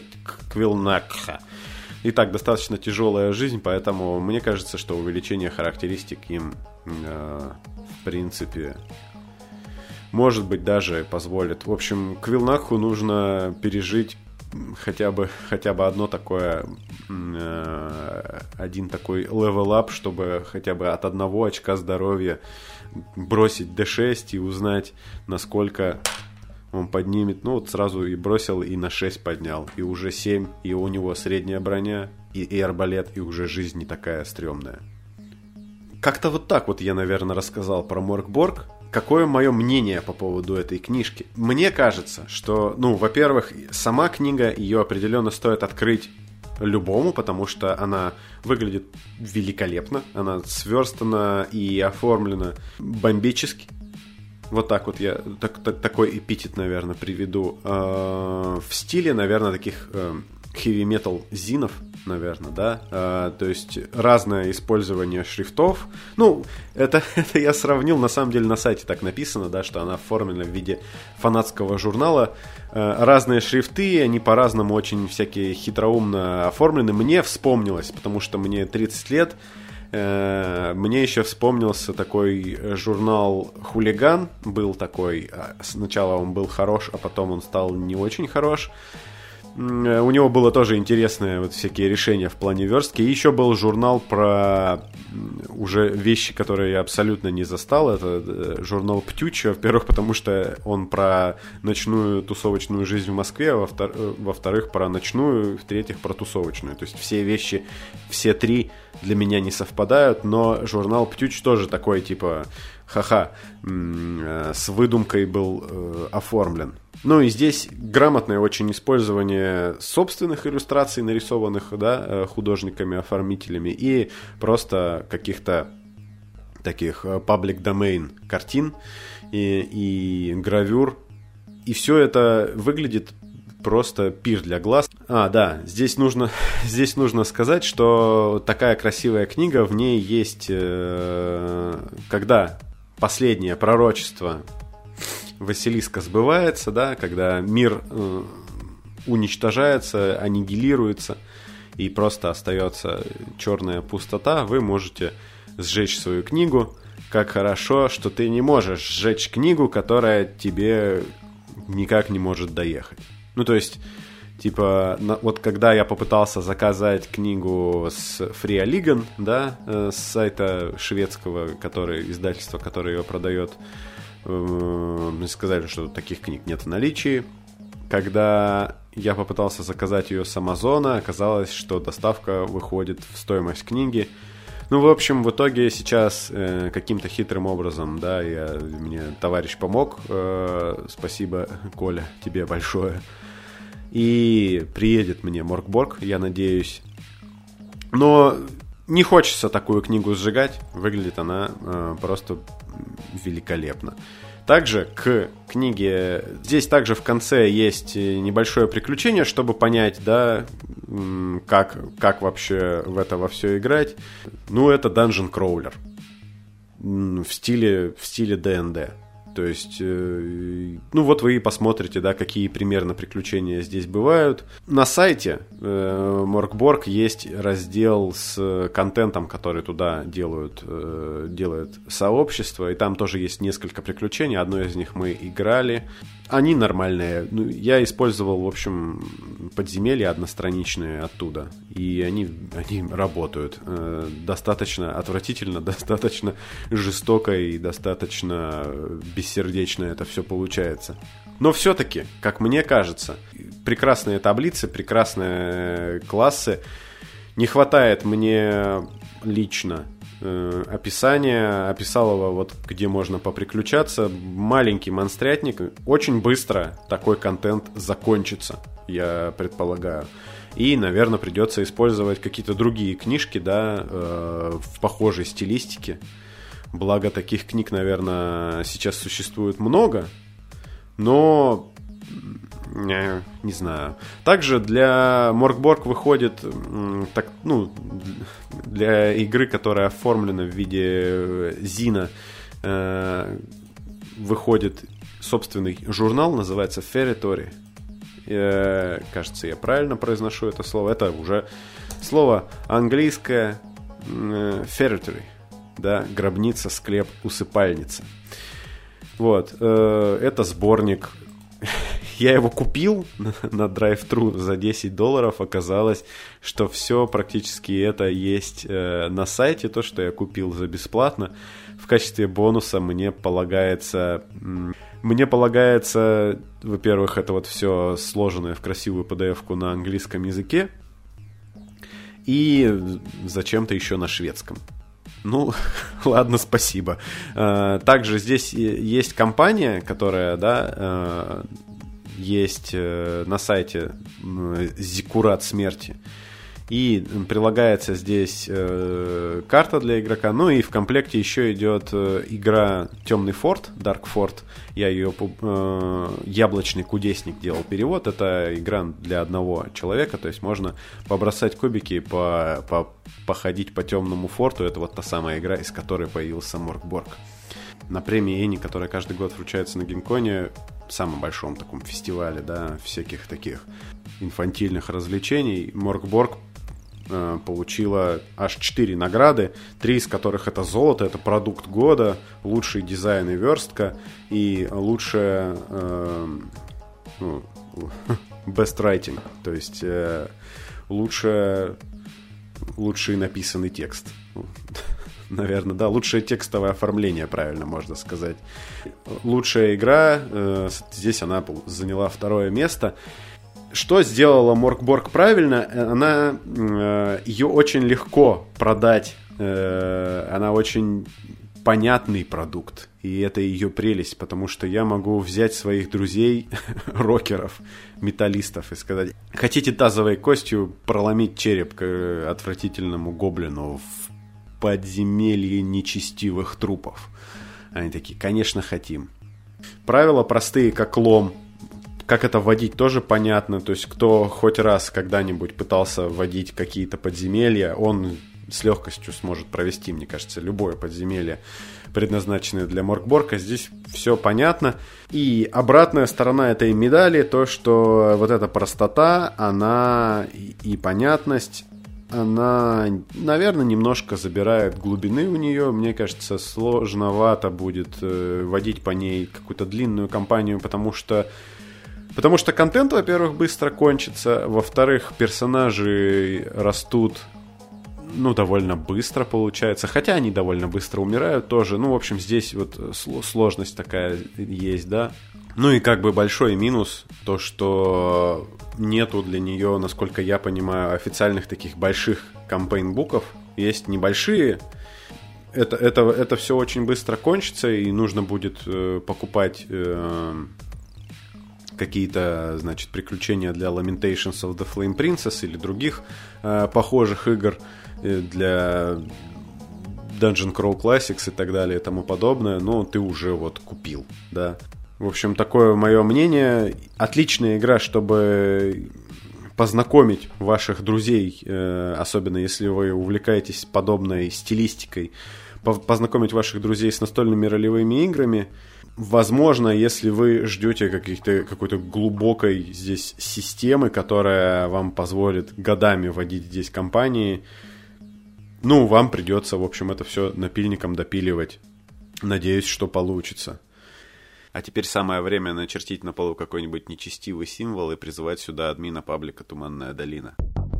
тяжелая жизнь, поэтому мне кажется, что увеличение характеристик им в принципе может быть даже позволит. В общем, Квилнаху нужно пережить хотя бы одно такое, один такой левел-ап, чтобы хотя бы от 1 очка здоровья бросить D6 и узнать, насколько он поднимет. Ну вот сразу и бросил, и на 6 поднял, и уже 7, и у него средняя броня, и арбалет, и уже жизнь не такая стрёмная. Как-то вот так вот я, наверное, рассказал про Моркборг. Какое мое мнение по поводу этой книжки? Мне кажется, что, во-первых, сама книга, ее определенно стоит открыть любому, потому что она выглядит великолепно, она сверстана и оформлена бомбически. Вот так вот я такой эпитет, наверное, приведу. В стиле, наверное, таких heavy-metal зинов, наверное, да, то есть разное использование шрифтов. Это я сравнил, на самом деле на сайте так написано, да, что она оформлена в виде фанатского журнала. Разные шрифты, они по-разному очень всякие хитроумно оформлены. Мне вспомнилось, потому что мне 30 лет, Мне еще вспомнился такой журнал «Хулиган». Был такой. Сначала он был хорош, а потом он стал не очень хорош. У него было тоже интересные вот всякие решения в плане верстки. И еще был журнал про уже вещи, которые я абсолютно не застал. Это журнал «Птюча», во-первых, потому что он про ночную тусовочную жизнь в Москве, а во-вторых, про ночную, в-третьих, про тусовочную. То есть все вещи, все три для меня не совпадают, но журнал «Птюч» тоже такой, типа, ха-ха, с выдумкой был оформлен. Ну и здесь грамотное очень использование собственных иллюстраций, нарисованных, да, художниками-оформителями, и просто каких-то таких public domain картин и гравюр. И все это выглядит просто пир для глаз. Да, здесь нужно сказать, что такая красивая книга, в ней есть, когда последнее пророчество Василиска сбывается, да, когда мир уничтожается, аннигилируется и просто остается черная пустота, вы можете сжечь свою книгу. Как хорошо, что ты не можешь сжечь книгу, которая тебе никак не может доехать. Ну, то есть, типа, вот когда я попытался заказать книгу с Free Alligan, да, с сайта шведского, издательства, которое ее продает, мне сказали, что таких книг нет в наличии. Когда я попытался заказать ее с Амазона, оказалось, что доставка выходит в стоимость книги. Ну, в общем, в итоге сейчас каким-то хитрым образом, да, мне товарищ помог. Спасибо, Коля, тебе большое. И приедет мне Моркборг, я надеюсь. Но не хочется такую книгу сжигать. Выглядит она просто великолепно. Также к книге... Здесь также в конце есть небольшое приключение, чтобы понять, да, как вообще в это во все играть. Ну, это Dungeon Crawler в стиле D&D. То есть, ну вот вы и посмотрите, да, какие примерно приключения здесь бывают. На сайте Моркборг есть раздел с контентом, который туда делает сообщество, и там тоже есть несколько приключений. Одно из них мы играли. Они нормальные. Ну, я использовал, в общем, подземелья одностраничные оттуда, и они работают. Достаточно отвратительно, достаточно жестоко и достаточно бессердечно это все получается. Но все-таки, как мне кажется, прекрасные таблицы, прекрасные классы. Не хватает мне лично описания. Описал его вот где можно поприключаться. Маленький монстрятник. Очень быстро такой контент закончится, я предполагаю. И, наверное, придется использовать какие-то другие книжки, да, в похожей стилистике. Благо, таких книг, наверное, сейчас существует много. Но не знаю. Также для Моркборг выходит для игры, которая оформлена в виде зина, выходит собственный журнал, называется Feretory. Кажется, я правильно произношу это слово. Это уже слово английское Feretory, да, гробница, склеп, усыпальница. Вот, это сборник. Я его купил на drive-thru за $10. Оказалось, что все практически это есть на сайте. То, что я купил за бесплатно. В качестве бонуса мне полагается, во-первых, это вот все сложенное в красивую PDF-ку на английском языке. И зачем-то еще на шведском. Ну, ладно, спасибо. Также здесь есть компания, которая, да, есть на сайте Зиккурат смерти. И прилагается здесь карта для игрока. Ну и в комплекте еще идет игра Темный форт, Dark Fort. Я ее Яблочный кудесник делал перевод. Это игра для одного человека. То есть можно побросать кубики, походить по Темному форту. Это вот та самая игра, из которой появился Моркборг. На премии Эни, которая каждый год вручается на Геймконе, самом большом таком фестивале, да, всяких таких инфантильных развлечений, Моркборг получила аж 4 награды, 3 из которых это золото, это продукт года, лучший дизайн и верстка, и лучшая best writing, то есть лучший написанный текст. Наверное, да, лучшее текстовое оформление, правильно можно сказать. Лучшая игра, здесь она заняла 2 место. Что сделала Моркборг правильно? Ее очень легко продать. Она очень понятный продукт. И это ее прелесть, потому что я могу взять своих друзей, рокеров, металлистов и сказать: хотите тазовой костью проломить череп отвратительному гоблину в подземелье нечестивых трупов? Они такие: конечно, хотим. Правила простые, как лом. Как это вводить, тоже понятно. То есть, кто хоть раз когда-нибудь пытался вводить какие-то подземелья, он с легкостью сможет провести, мне кажется, любое подземелье, предназначенное для Моркборга. Здесь все понятно. И обратная сторона этой медали, то, что вот эта простота, она и понятность, она, наверное, немножко забирает глубины у нее. Мне кажется, сложновато будет водить по ней какую-то длинную кампанию, потому что контент, во-первых, быстро кончится, во-вторых, персонажи растут, довольно быстро получается, хотя они довольно быстро умирают тоже. В общем, здесь вот сложность такая есть, да. И как бы большой минус, то, что нету для нее, насколько я понимаю, официальных таких больших кампейн-буков. Есть небольшие. Это все очень быстро кончится, и нужно будет покупать какие-то, значит, приключения для Lamentations of the Flame Princess или других похожих игр для Dungeon Crawl Classics и так далее и тому подобное, но ты уже вот купил, да. В общем, такое мое мнение. Отличная игра, чтобы познакомить ваших друзей, особенно если вы увлекаетесь подобной стилистикой, познакомить ваших друзей с настольными ролевыми играми. Возможно, если вы ждете какой-то глубокой здесь системы, которая вам позволит годами вводить здесь кампании, вам придется, в общем, это все напильником допиливать. Надеюсь, что получится. А теперь самое время начертить на полу какой-нибудь нечестивый символ и призывать сюда админа паблика «Туманная долина».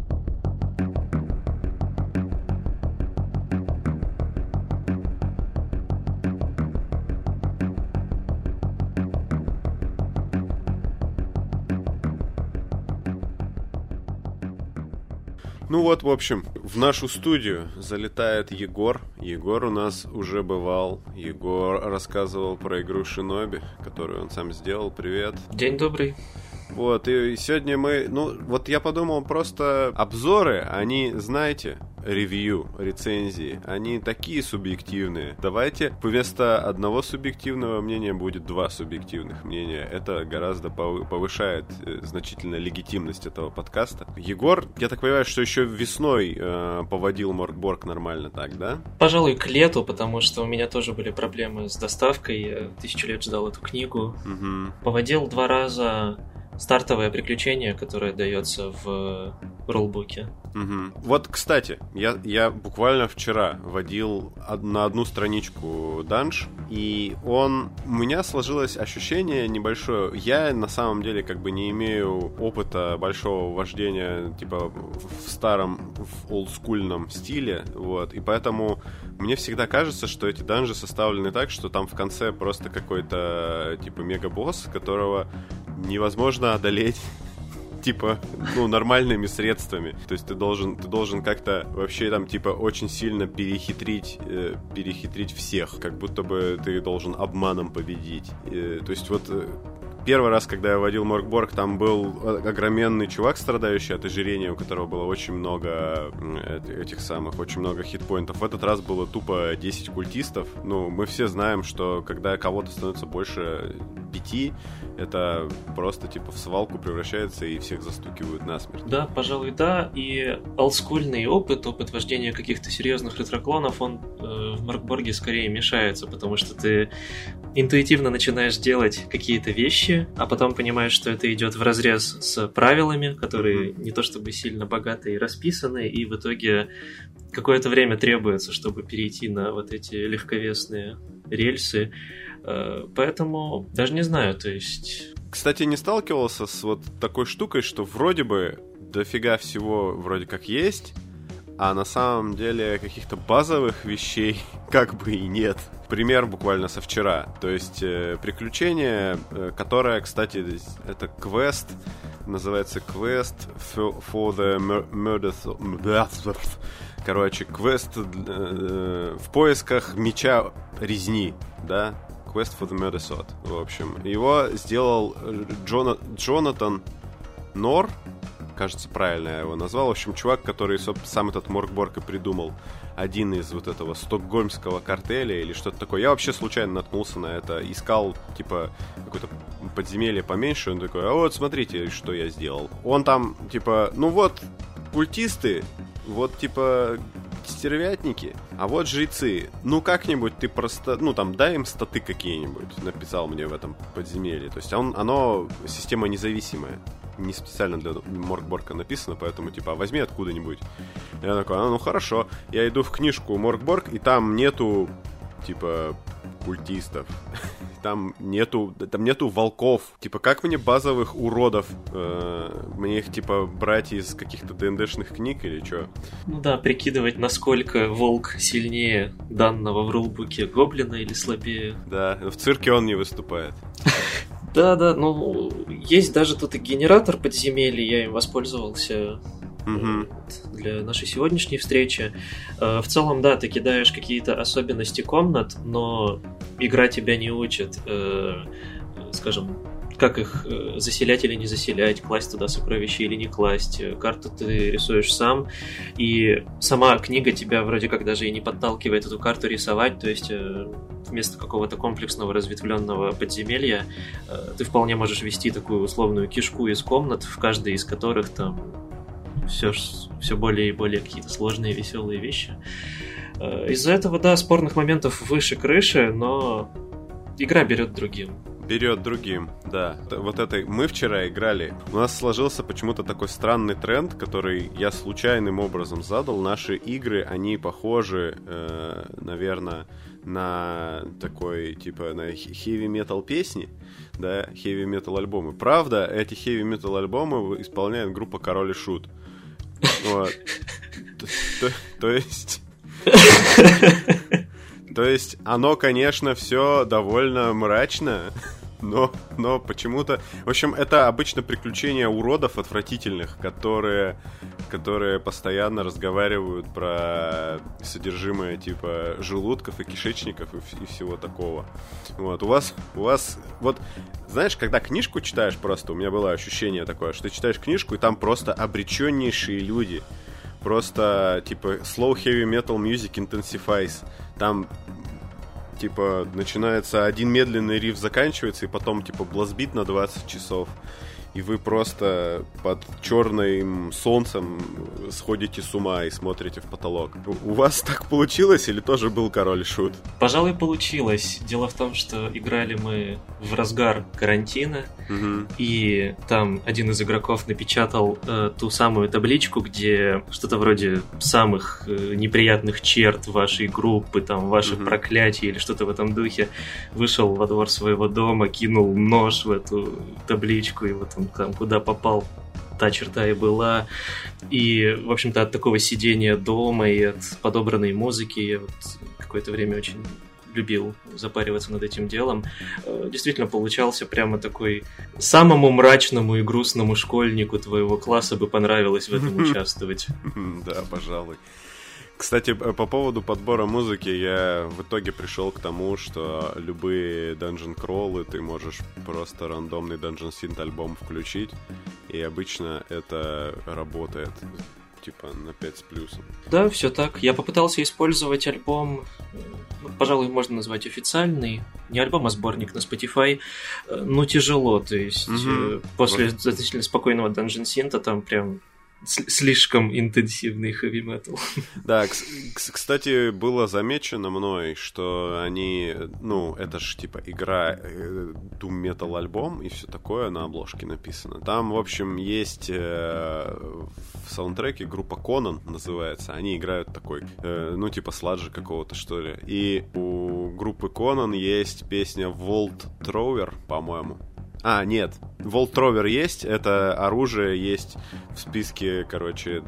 В общем, в нашу студию залетает Егор. Егор у нас уже бывал. Егор рассказывал про игру Шиноби, которую он сам сделал. Привет. День добрый. И сегодня мы... я подумал, просто обзоры, они, знаете, ревью, рецензии, они такие субъективные. Давайте вместо одного субъективного мнения будет 2 субъективных мнения. Это гораздо повышает значительно легитимность этого подкаста. Егор, я так понимаю, что еще весной поводил Моркборг нормально, так, да? Пожалуй, к лету, потому что у меня тоже были проблемы с доставкой. Я 1000 лет ждал эту книгу. Угу. Поводил 2 раза стартовое приключение, которое дается в рулбуке. Угу. Кстати, я буквально вчера водил на одну страничку данж, и у меня сложилось ощущение небольшое. Я на самом деле не имею опыта большого вождения в старом, в олдскульном стиле, и поэтому мне всегда кажется, что эти данжи составлены так, что там в конце просто какой-то мегабосс, которого невозможно одолеть нормальными средствами. То есть ты должен как-то вообще очень сильно перехитрить всех, как будто бы ты должен обманом победить. То есть первый раз, когда я водил Моркборг, там был огроменный чувак, страдающий от ожирения, у которого было очень много очень много хитпоинтов. В этот раз было тупо 10 культистов. Мы все знаем, что когда кого-то становится больше 5, это просто в свалку превращается и всех застукивают насмерть. Да, пожалуй, да. И олдскульный опыт вождения каких-то серьезных ретроклонов, он в Моркборге скорее мешается, потому что ты интуитивно начинаешь делать какие-то вещи, вещи, а потом понимаешь, что это идет вразрез с правилами, которые не то чтобы сильно богатые и расписаны, и в итоге какое-то время требуется, чтобы перейти на вот эти легковесные рельсы. Поэтому даже не знаю, то есть... Кстати, не сталкивался с вот такой штукой, что вроде бы дофига всего вроде как есть, а на самом деле каких-то базовых вещей как бы и нет. Пример буквально со вчера. То есть приключение, которое, кстати, это квест, называется квест for the murder... Короче, квест в поисках меча резни, да? Quest for the Murder Sword, в общем. Его сделал Джонатан Нор, кажется, правильно я его назвал. В общем, чувак, который сам этот Моркборг и придумал. Один из вот этого стокгольмского картеля или что-то такое. Я вообще случайно наткнулся на это. Искал, типа, какое-то подземелье поменьше. Он такой, а вот смотрите, что я сделал. Он там, типа, ну вот, культисты, вот, типа... стервятники, а вот жрецы. Ну, как-нибудь ты просто... Ну, там, дай им статы какие-нибудь, написал мне в этом подземелье. То есть оно система независимая. Не специально для Моркборга написано, поэтому, типа, возьми откуда-нибудь. Я такой, ну, хорошо. Я иду в книжку Моркборг, и там нету, типа, культистов. Там нету волков. Типа, как мне базовых уродов? Мне их, типа, брать из каких-то ДНДшных книг или что? Ну да, прикидывать, насколько волк сильнее данного в рулбуке гоблина или слабее. Да, в цирке он не выступает. Да, ну, есть даже тут и генератор подземелий, я им воспользовался для нашей сегодняшней встречи. В целом, да, ты кидаешь какие-то особенности комнат, но игра тебя не учит, скажем, как их заселять или не заселять, класть туда сокровища или не класть. Карту ты рисуешь сам, и сама книга тебя вроде как даже и не подталкивает эту карту рисовать, то есть вместо какого-то комплексного разветвленного подземелья ты вполне можешь вести такую условную кишку из комнат, в каждой из которых там все более и более какие-то сложные, веселые вещи. Из-за этого, да, спорных моментов выше крыши, но игра берет другим. Берет другим, да. Вот это мы вчера играли. У нас сложился почему-то такой странный тренд, который я случайным образом задал. Наши игры, они похожи, наверное, на такой, типа, на хэви-метал песни, да, хэви-метал альбомы. Правда, эти хэви-метал альбомы исполняет группа Король и Шут. Вот. То есть... То есть оно, конечно, все довольно мрачно, но почему-то... В общем, это обычно приключения уродов отвратительных, которые постоянно разговаривают про содержимое типа желудков и кишечников и всего такого. Вот, у вас... Вот, знаешь, когда книжку читаешь просто, у меня было ощущение такое, что ты читаешь книжку, и там просто обреченнейшие люди. Просто, типа, slow heavy metal music intensifies. Там, типа, начинается один медленный риф, заканчивается, и потом, типа, бластбит на 20 часов. И вы просто под черным солнцем сходите с ума и смотрите в потолок. У вас так получилось или тоже был Король и Шут? Пожалуй, получилось. Дело в том, что играли мы в разгар карантина, и там один из игроков напечатал ту самую табличку, где что-то вроде самых неприятных черт вашей группы, там, ваших проклятий или что-то в этом духе. Вышел во двор своего дома, кинул нож в эту табличку, и вот он там куда попал, та черта и была. И, в общем-то, от такого сидения дома и от подобранной музыки я вот какое-то время очень любил запариваться над этим делом. Действительно получался прямо такой... Самому мрачному и грустному школьнику твоего класса бы понравилось в этом участвовать. Да, пожалуй. Кстати, по поводу подбора музыки, я в итоге пришел к тому, что любые Dungeon Crawl'ы ты можешь просто рандомный Dungeon Synth альбом включить, и обычно это работает, типа, на 5 с плюсом. Да, все так. Я попытался использовать альбом, пожалуй, можно назвать официальный, не альбом, а сборник на Spotify, но тяжело, то есть после относительно спокойного Dungeon Synth'а там прям слишком интенсивный хэви-метал. Да, кстати, было замечено мной, что они, ну, это же типа игра Doom Metal альбом и все такое на обложке написано. Там, в общем, есть в саундтреке группа Conan называется. Они играют такой, ну, типа сладжи какого-то, что ли. И у группы Conan есть песня Volt Thrower, по-моему. Нет, Volt Thrower есть, это оружие есть в списке, короче,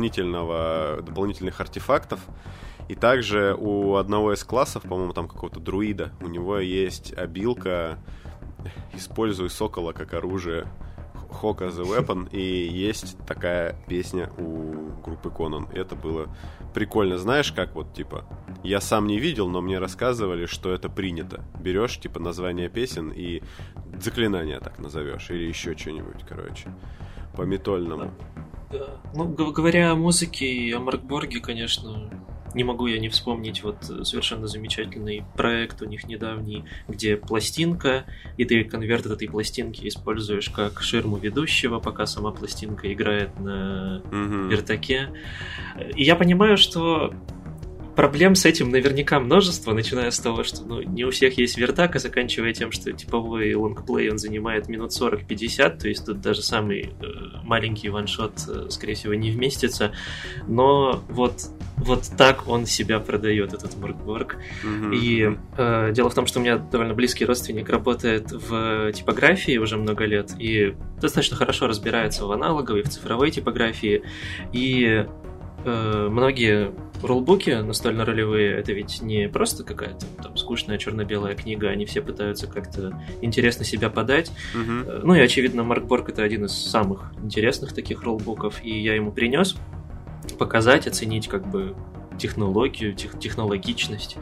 дополнительных артефактов. И также у одного из классов, по-моему, там какого-то друида, у него есть обилка «Используй сокола как оружие», Hawk as a Weapon, и есть такая песня у группы Conan. Это было прикольно. Знаешь, как вот, типа, я сам не видел, но мне рассказывали, что это принято. Берешь, типа, название песен и заклинания так назовешь, или еще что-нибудь, короче, по метольному. Да. Ну, говоря о музыке и о Маркборге, конечно, не могу я не вспомнить вот совершенно замечательный проект у них недавний, где пластинка, и ты конверт от этой пластинки используешь как ширму ведущего, пока сама пластинка играет на вертаке. И я понимаю, что проблем с этим наверняка множество, начиная с того, что не у всех есть вертак, а заканчивая тем, что типовой лонгплей, он занимает минут 40-50, то есть тут даже самый маленький ваншот, скорее всего, не вместится, но вот так он себя продает, этот Маркборг. И дело в том, что у меня довольно близкий родственник работает в типографии уже много лет и достаточно хорошо разбирается в аналоговой, в цифровой типографии, и многие рулбуки настольно-ролевые — это ведь не просто какая-то там скучная черно-белая книга, они все пытаются как-то интересно себя подать. Ну и, очевидно, Маркборг — это один из самых интересных таких рулбуков, и я ему принес показать, оценить как бы технологию, технологичность.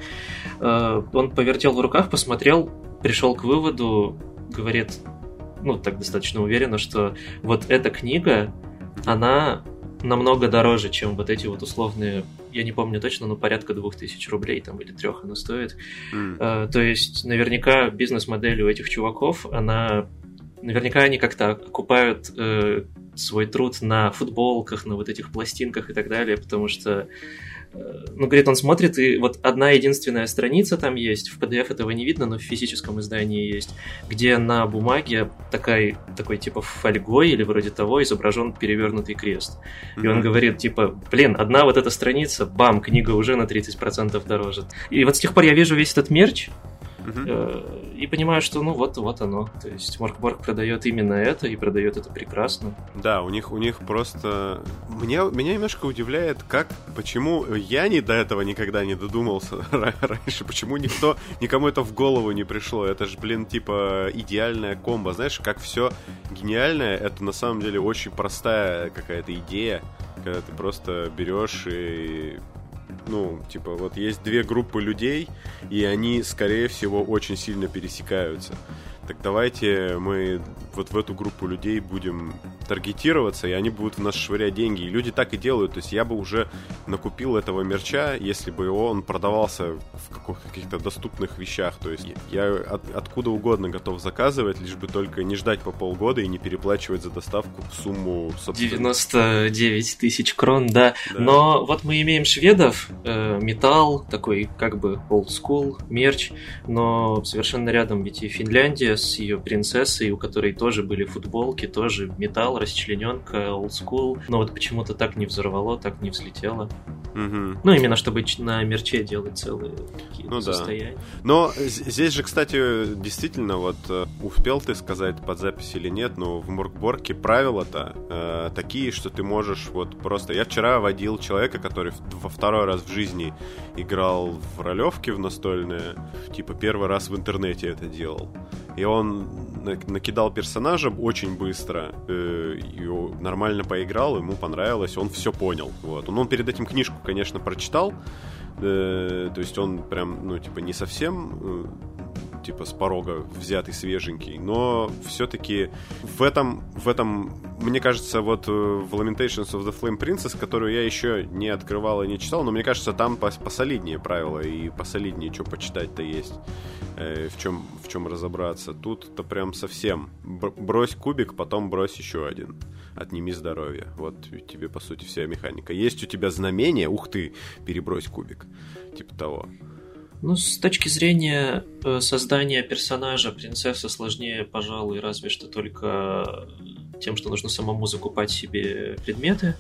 Он повертел в руках, посмотрел, пришел к выводу, говорит, ну так достаточно уверенно, что вот эта книга, она намного дороже, чем вот эти вот условные, я не помню точно, но порядка 2000 рублей там или 3 она стоит. То есть наверняка бизнес-модель у этих чуваков, наверняка они как-то окупают свой труд на футболках, на вот этих пластинках и так далее, потому что, ну, говорит, он смотрит, и вот одна единственная страница там есть, в PDF этого не видно, но в физическом издании есть, где на бумаге такой типа фольгой или вроде того изображен перевернутый крест. И он говорит, типа, блин, одна вот эта страница, бам, книга уже на 30% дороже. И вот с тех пор я вижу весь этот мерч, и понимаю, что ну вот оно. То есть Маркборг продает именно это, и продает это прекрасно. Да, у них просто... Меня немножко удивляет, почему я до этого никогда не додумался раньше, почему никому это в голову не пришло. Это же, блин, типа идеальная комбо. Знаешь, как все гениальное, это на самом деле очень простая какая-то идея, когда ты просто берешь и... Ну, типа, вот есть две группы людей, и они, скорее всего, очень сильно пересекаются. Так давайте мы вот в эту группу людей будем таргетироваться, и они будут в нас швырять деньги. И люди так и делают. То есть я бы уже накупил этого мерча, если бы он продавался в каких-то доступных вещах. То есть я откуда угодно готов заказывать, лишь бы только не ждать по полгода и не переплачивать за доставку в сумму, собственно... 99 тысяч крон, да. Но вот мы имеем шведов, металл, такой как бы old school, мерч, но совершенно рядом ведь и Финляндия с ее принцессой, у которой тоже были футболки, тоже металл, расчлененка, old school, но вот почему-то так не взорвало, так не взлетело. Ну, именно чтобы на мерче делать целые какие-то состояния. Да. Но здесь же, кстати, действительно, вот успел ты сказать под запись или нет, но в Маркборге правила-то такие, что ты можешь вот просто... Я вчера водил человека, который во второй раз в жизни играл в ролевки в настольные, типа первый раз в интернете это делал. И он накидал персонажа очень быстро, и нормально поиграл, ему понравилось, он все понял. Вот. Он перед этим книжку, конечно, прочитал, то есть он прям, ну, типа, не совсем типа с порога взятый, свеженький, но все-таки в этом, мне кажется, вот в Lamentations of the Flame Princess, которую я еще не открывал и не читал, но мне кажется, там посолиднее правила и посолиднее что почитать-то есть, в чем разобраться. Тут-то прям совсем брось кубик, потом брось еще один. Отними здоровье. Вот тебе, по сути, вся механика. Есть у тебя знамение, ух ты, перебрось кубик. Типа того. Ну, с точки зрения создания персонажа, принцесса сложнее, пожалуй, разве что только тем, что нужно самому закупать себе предметы.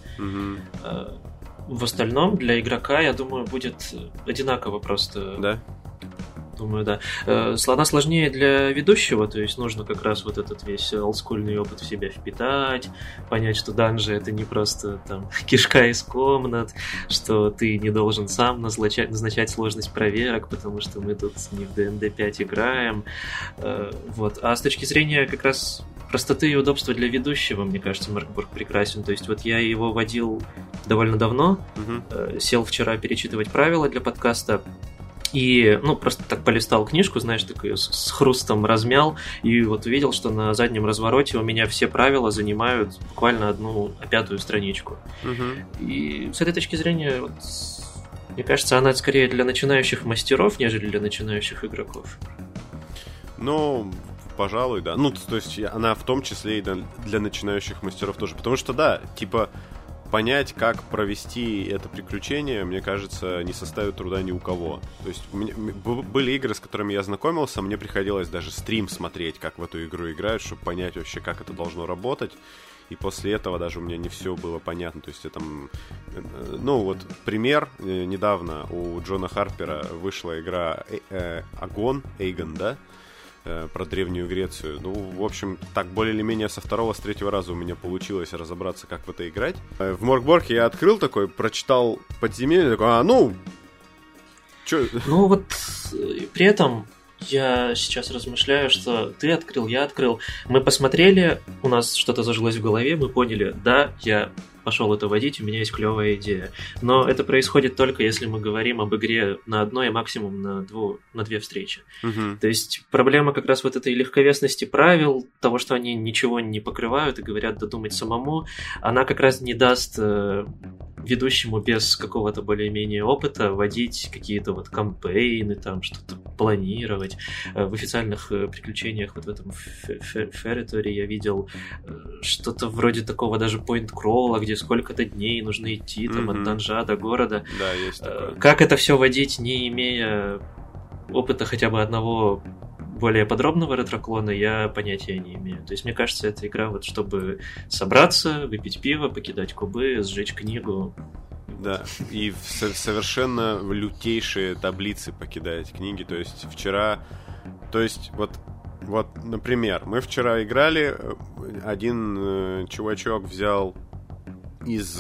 В остальном, для игрока, я думаю, будет одинаково просто. Да? Думаю, да. Она сложнее для ведущего, то есть нужно как раз вот этот весь олдскульный опыт в себя впитать, понять, что данжи — это не просто там кишка из комнат, что ты не должен сам назначать сложность проверок, потому что мы тут не в D&D 5 играем. Вот. А с точки зрения как раз простоты и удобства для ведущего, мне кажется, Моркборг прекрасен. То есть вот я его водил довольно давно, сел вчера перечитывать правила для подкаста, и, просто так полистал книжку, знаешь, такой с хрустом размял, и вот увидел, что на заднем развороте у меня все правила занимают буквально 1/5 страничку. И с этой точки зрения, вот, мне кажется, она скорее для начинающих мастеров, нежели для начинающих игроков. Ну, пожалуй, да. Ну, то есть она в том числе и для начинающих мастеров тоже. Потому что, да, типа, понять, как провести это приключение, мне кажется, не составит труда ни у кого. То есть были игры, с которыми я знакомился, мне приходилось даже стрим смотреть, как в эту игру играют, чтобы понять вообще, как это должно работать. И после этого даже у меня не все было понятно. То есть это, вот пример. Недавно у Джона Харпера вышла игра Эйгон, да? Про Древнюю Грецию. Ну, в общем, так более или менее со второго, с третьего раза у меня получилось разобраться, как в это играть. В Моркборге я открыл такой, прочитал подземелье, такой, чё? Ну, вот при этом я сейчас размышляю, что ты открыл, я открыл. Мы посмотрели, у нас что-то зажилось в голове, мы поняли, да, я пошел это водить, у меня есть клевая идея. Но это происходит только если мы говорим об игре на одной, а максимум на две встречи. То есть проблема как раз вот этой легковесности правил, того, что они ничего не покрывают и говорят додумать самому, она как раз не даст ведущему без какого-то более-менее опыта водить какие-то вот кампейны, там что-то планировать. В официальных приключениях вот в этом Ферриторе я видел что-то вроде такого даже point-кролла, где сколько-то дней нужно идти там от данжа до города. Да, есть такое. Как это все водить, не имея опыта хотя бы одного более подробного ретроклона, я понятия не имею. То есть, мне кажется, это игра вот чтобы собраться, выпить пиво, покидать кубы, сжечь книгу. Да, и совершенно лютейшие таблицы покидать книги. То есть, вчера... То есть, вот, например, мы вчера играли, один чувачок взял из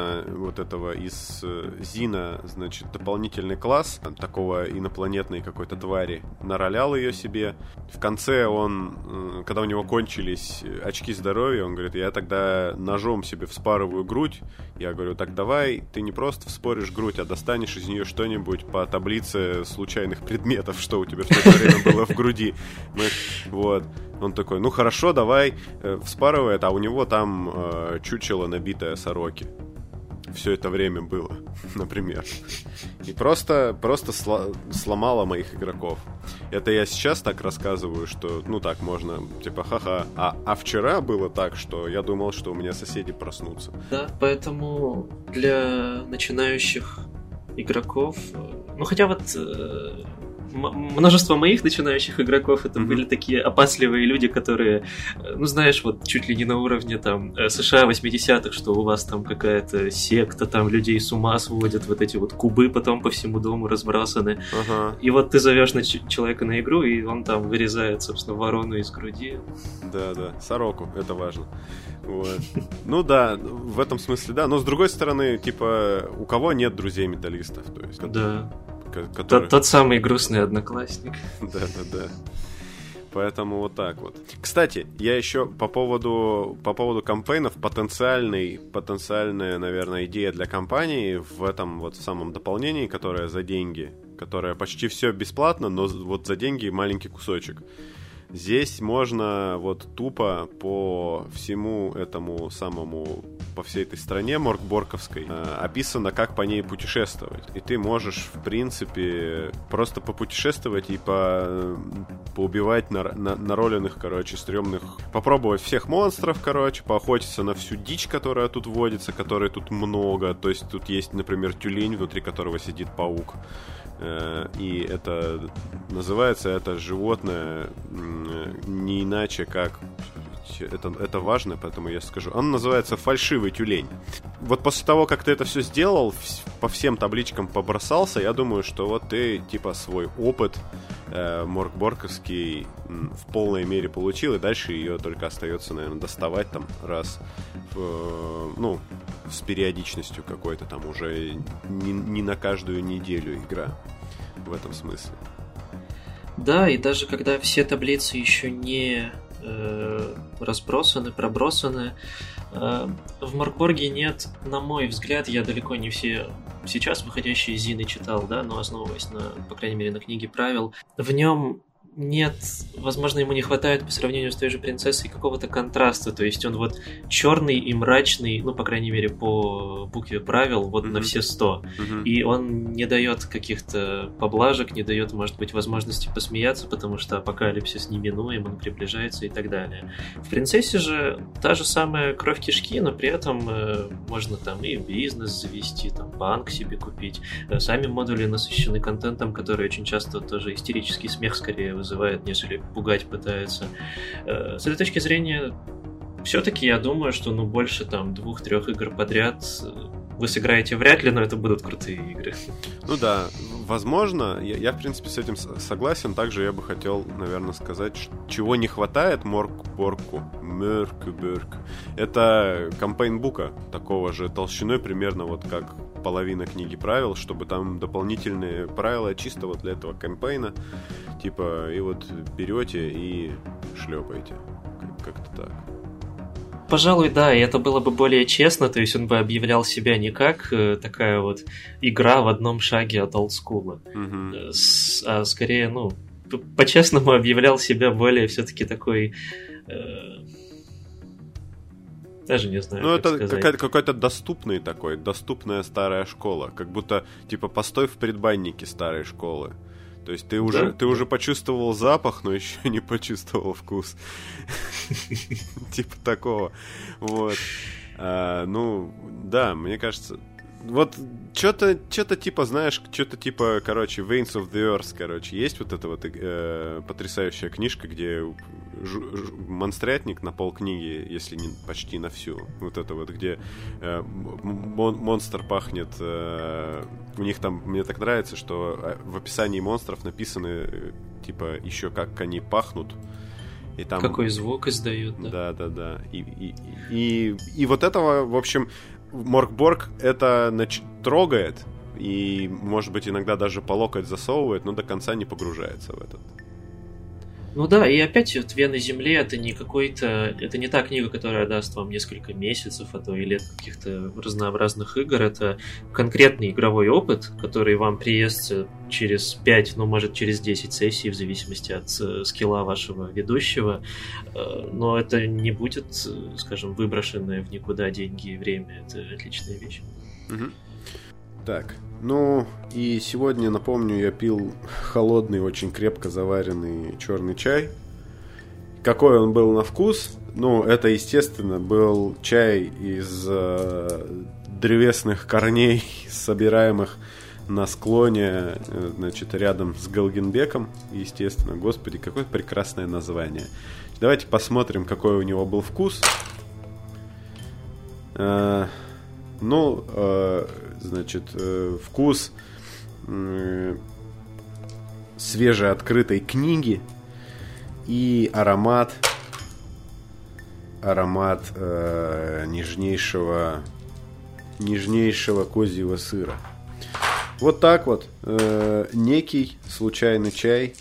Зина, значит, дополнительный класс такого инопланетной какой-то твари, наролял ее себе. В конце он, когда у него кончились очки здоровья, он говорит, я тогда ножом себе вспарываю грудь. Я говорю, так давай ты не просто вспоришь грудь, а достанешь из нее что-нибудь по таблице случайных предметов, что у тебя в то время было в груди. Вот. Он такой, ну хорошо, давай, вспарывает, а у него там чучело, набитое сороки. Все это время было, например. И просто сломало моих игроков. Это я сейчас так рассказываю, что, так можно, типа, ха-ха. А вчера было так, что я думал, что у меня соседи проснутся. Да, поэтому для начинающих игроков... хотя вот... множество моих начинающих игроков это были такие опасливые люди, которые, знаешь, вот чуть ли не на уровне там США 80-х, что у вас там какая-то секта, там людей с ума сводят, вот эти вот кубы потом по всему дому разбросаны. И вот ты зовешь человека на игру, и он там вырезает, собственно, ворону из груди. Да, сороку, это важно. Вот. Ну да, в этом смысле да, но с другой стороны, типа, у кого нет друзей-металлистов? То есть, да. Который... Тот самый грустный одноклассник. Да. Поэтому вот так вот. Кстати, я еще по поводу кампейнов, потенциальная, наверное, идея для компании в этом вот самом дополнении, которое за деньги, которая почти все бесплатно, но вот за деньги маленький кусочек. Здесь можно вот тупо по всему этому самому, по всей этой стране моркборковской описано, как по ней путешествовать. И ты можешь, в принципе, просто попутешествовать и поубивать нароленных, короче, стрёмных, попробовать всех монстров, короче, поохотиться на всю дичь, которая тут водится, которой тут много. То есть тут есть, например, тюлень, внутри которого сидит паук. И это называется это животное не иначе как это важно, поэтому я скажу. Он называется фальшивый тюлень. Вот после того, как ты это все сделал, по всем табличкам побросался, я думаю, что вот ты типа свой опыт моркборковский в полной мере получил, и дальше ее только остается, наверное, доставать там раз с периодичностью какой-то там уже не на каждую неделю игра в этом смысле. Да, и даже когда все таблицы еще не разбросаны, пробросаны, в Моркборге нет, на мой взгляд, я далеко не все сейчас выходящие зины читал, да, но основываясь по крайней мере, на книге правил, в нем нет, возможно, ему не хватает по сравнению с той же принцессой какого-то контраста, то есть он вот черный и мрачный, ну, по крайней мере, по букве правил, вот на все 100. И он не дает каких-то поблажек, не дает, может быть, возможности посмеяться, потому что апокалипсис неминуем, он приближается и так далее. В принцессе же та же самая кровь кишки, но при этом можно там и бизнес завести, там банк себе купить. Сами модули насыщены контентом, который очень часто тоже истерический смех скорее вызывает, нежели пугать пытается. С этой точки зрения, все-таки я думаю, что больше там 2-3 игр подряд вы сыграете вряд ли, но это будут крутые игры. Ну да, возможно, я в принципе с этим согласен. Также я бы хотел, наверное, сказать, чего не хватает Моркборку. Это кампейн-бука, такого же толщиной примерно вот как половина книги правил, чтобы там дополнительные правила чисто вот для этого кампейна, типа, и вот берете и шлепаете. Как-то так. Пожалуй, да, и это было бы более честно, то есть он бы объявлял себя не как такая вот игра в одном шаге от олдскула, а скорее, по-честному объявлял себя более все-таки такой... Даже не знаю, как это сказать. Какой-то доступная старая школа. Как будто, типа, постой в предбаннике старой школы. То есть ты уже почувствовал запах, но еще не почувствовал вкус. Типа такого. Вот. Да, мне кажется... Вот что-то типа, знаешь, короче, Veins of the Earth, короче. Есть вот эта вот потрясающая книжка, где монстрятник на полкниги, если не почти на всю. Вот это вот, где монстр пахнет... У них там, мне так нравится, что в описании монстров написаны, типа, еще как они пахнут. И там... Какой звук издают, да? Да. И вот этого, в общем... Моркборг это трогает и, может быть, иногда даже по локоть засовывает, но до конца не погружается в этот. Ну да, и опять вот «Вены земли» это не та книга, которая даст вам несколько месяцев, а то и лет каких-то разнообразных игр. Это конкретный игровой опыт, который вам приестся через 5, может через 10 сессий, в зависимости от скилла вашего ведущего. Но это не будет, скажем, выброшенное в никуда деньги и время. Это отличная вещь. Угу. Так, и сегодня, напомню, я пил холодный, очень крепко заваренный черный чай. Какой он был на вкус? Это, естественно, был чай из древесных корней, собираемых на склоне, значит, рядом с Галгенбеком, естественно. Господи, какое прекрасное название. Давайте посмотрим, какой у него был вкус. Значит, вкус свежеоткрытой книги и аромат нежнейшего козьего сыра. Вот так вот. Некий случайный чай.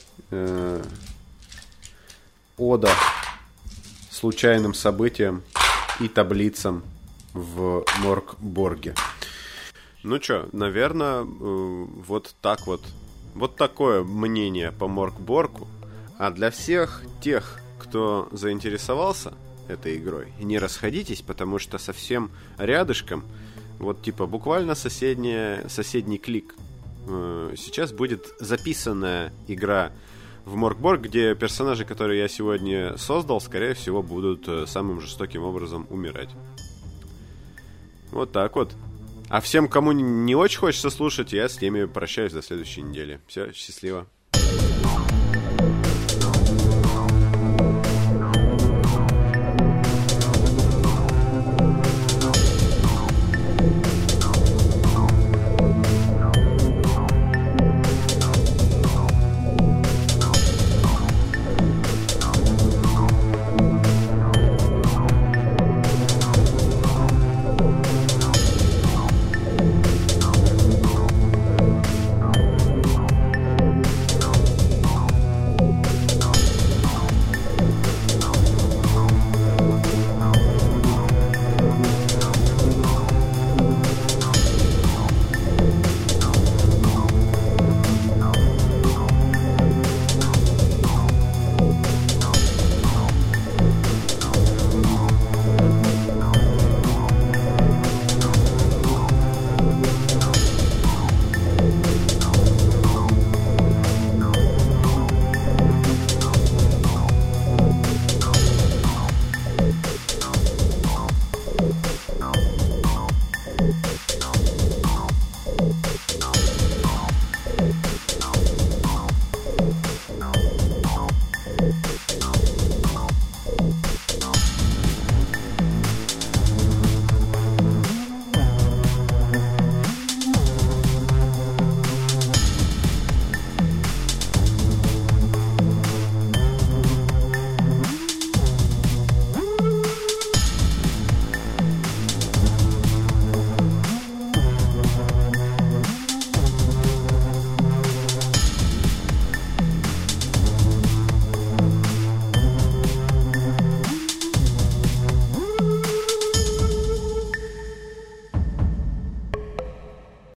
Ода случайным событиям и таблицам в Моркборге. Наверное, вот так вот Вот такое мнение по Моркборку. А для всех тех, кто заинтересовался этой игрой, не расходитесь, потому что совсем рядышком, вот типа буквально соседний клик, сейчас будет записанная игра в Моркборг, где персонажи, которые я сегодня создал, скорее всего, будут самым жестоким образом умирать. Вот так вот. А всем, кому не очень хочется слушать, я с ними прощаюсь до следующей недели. Все, счастливо.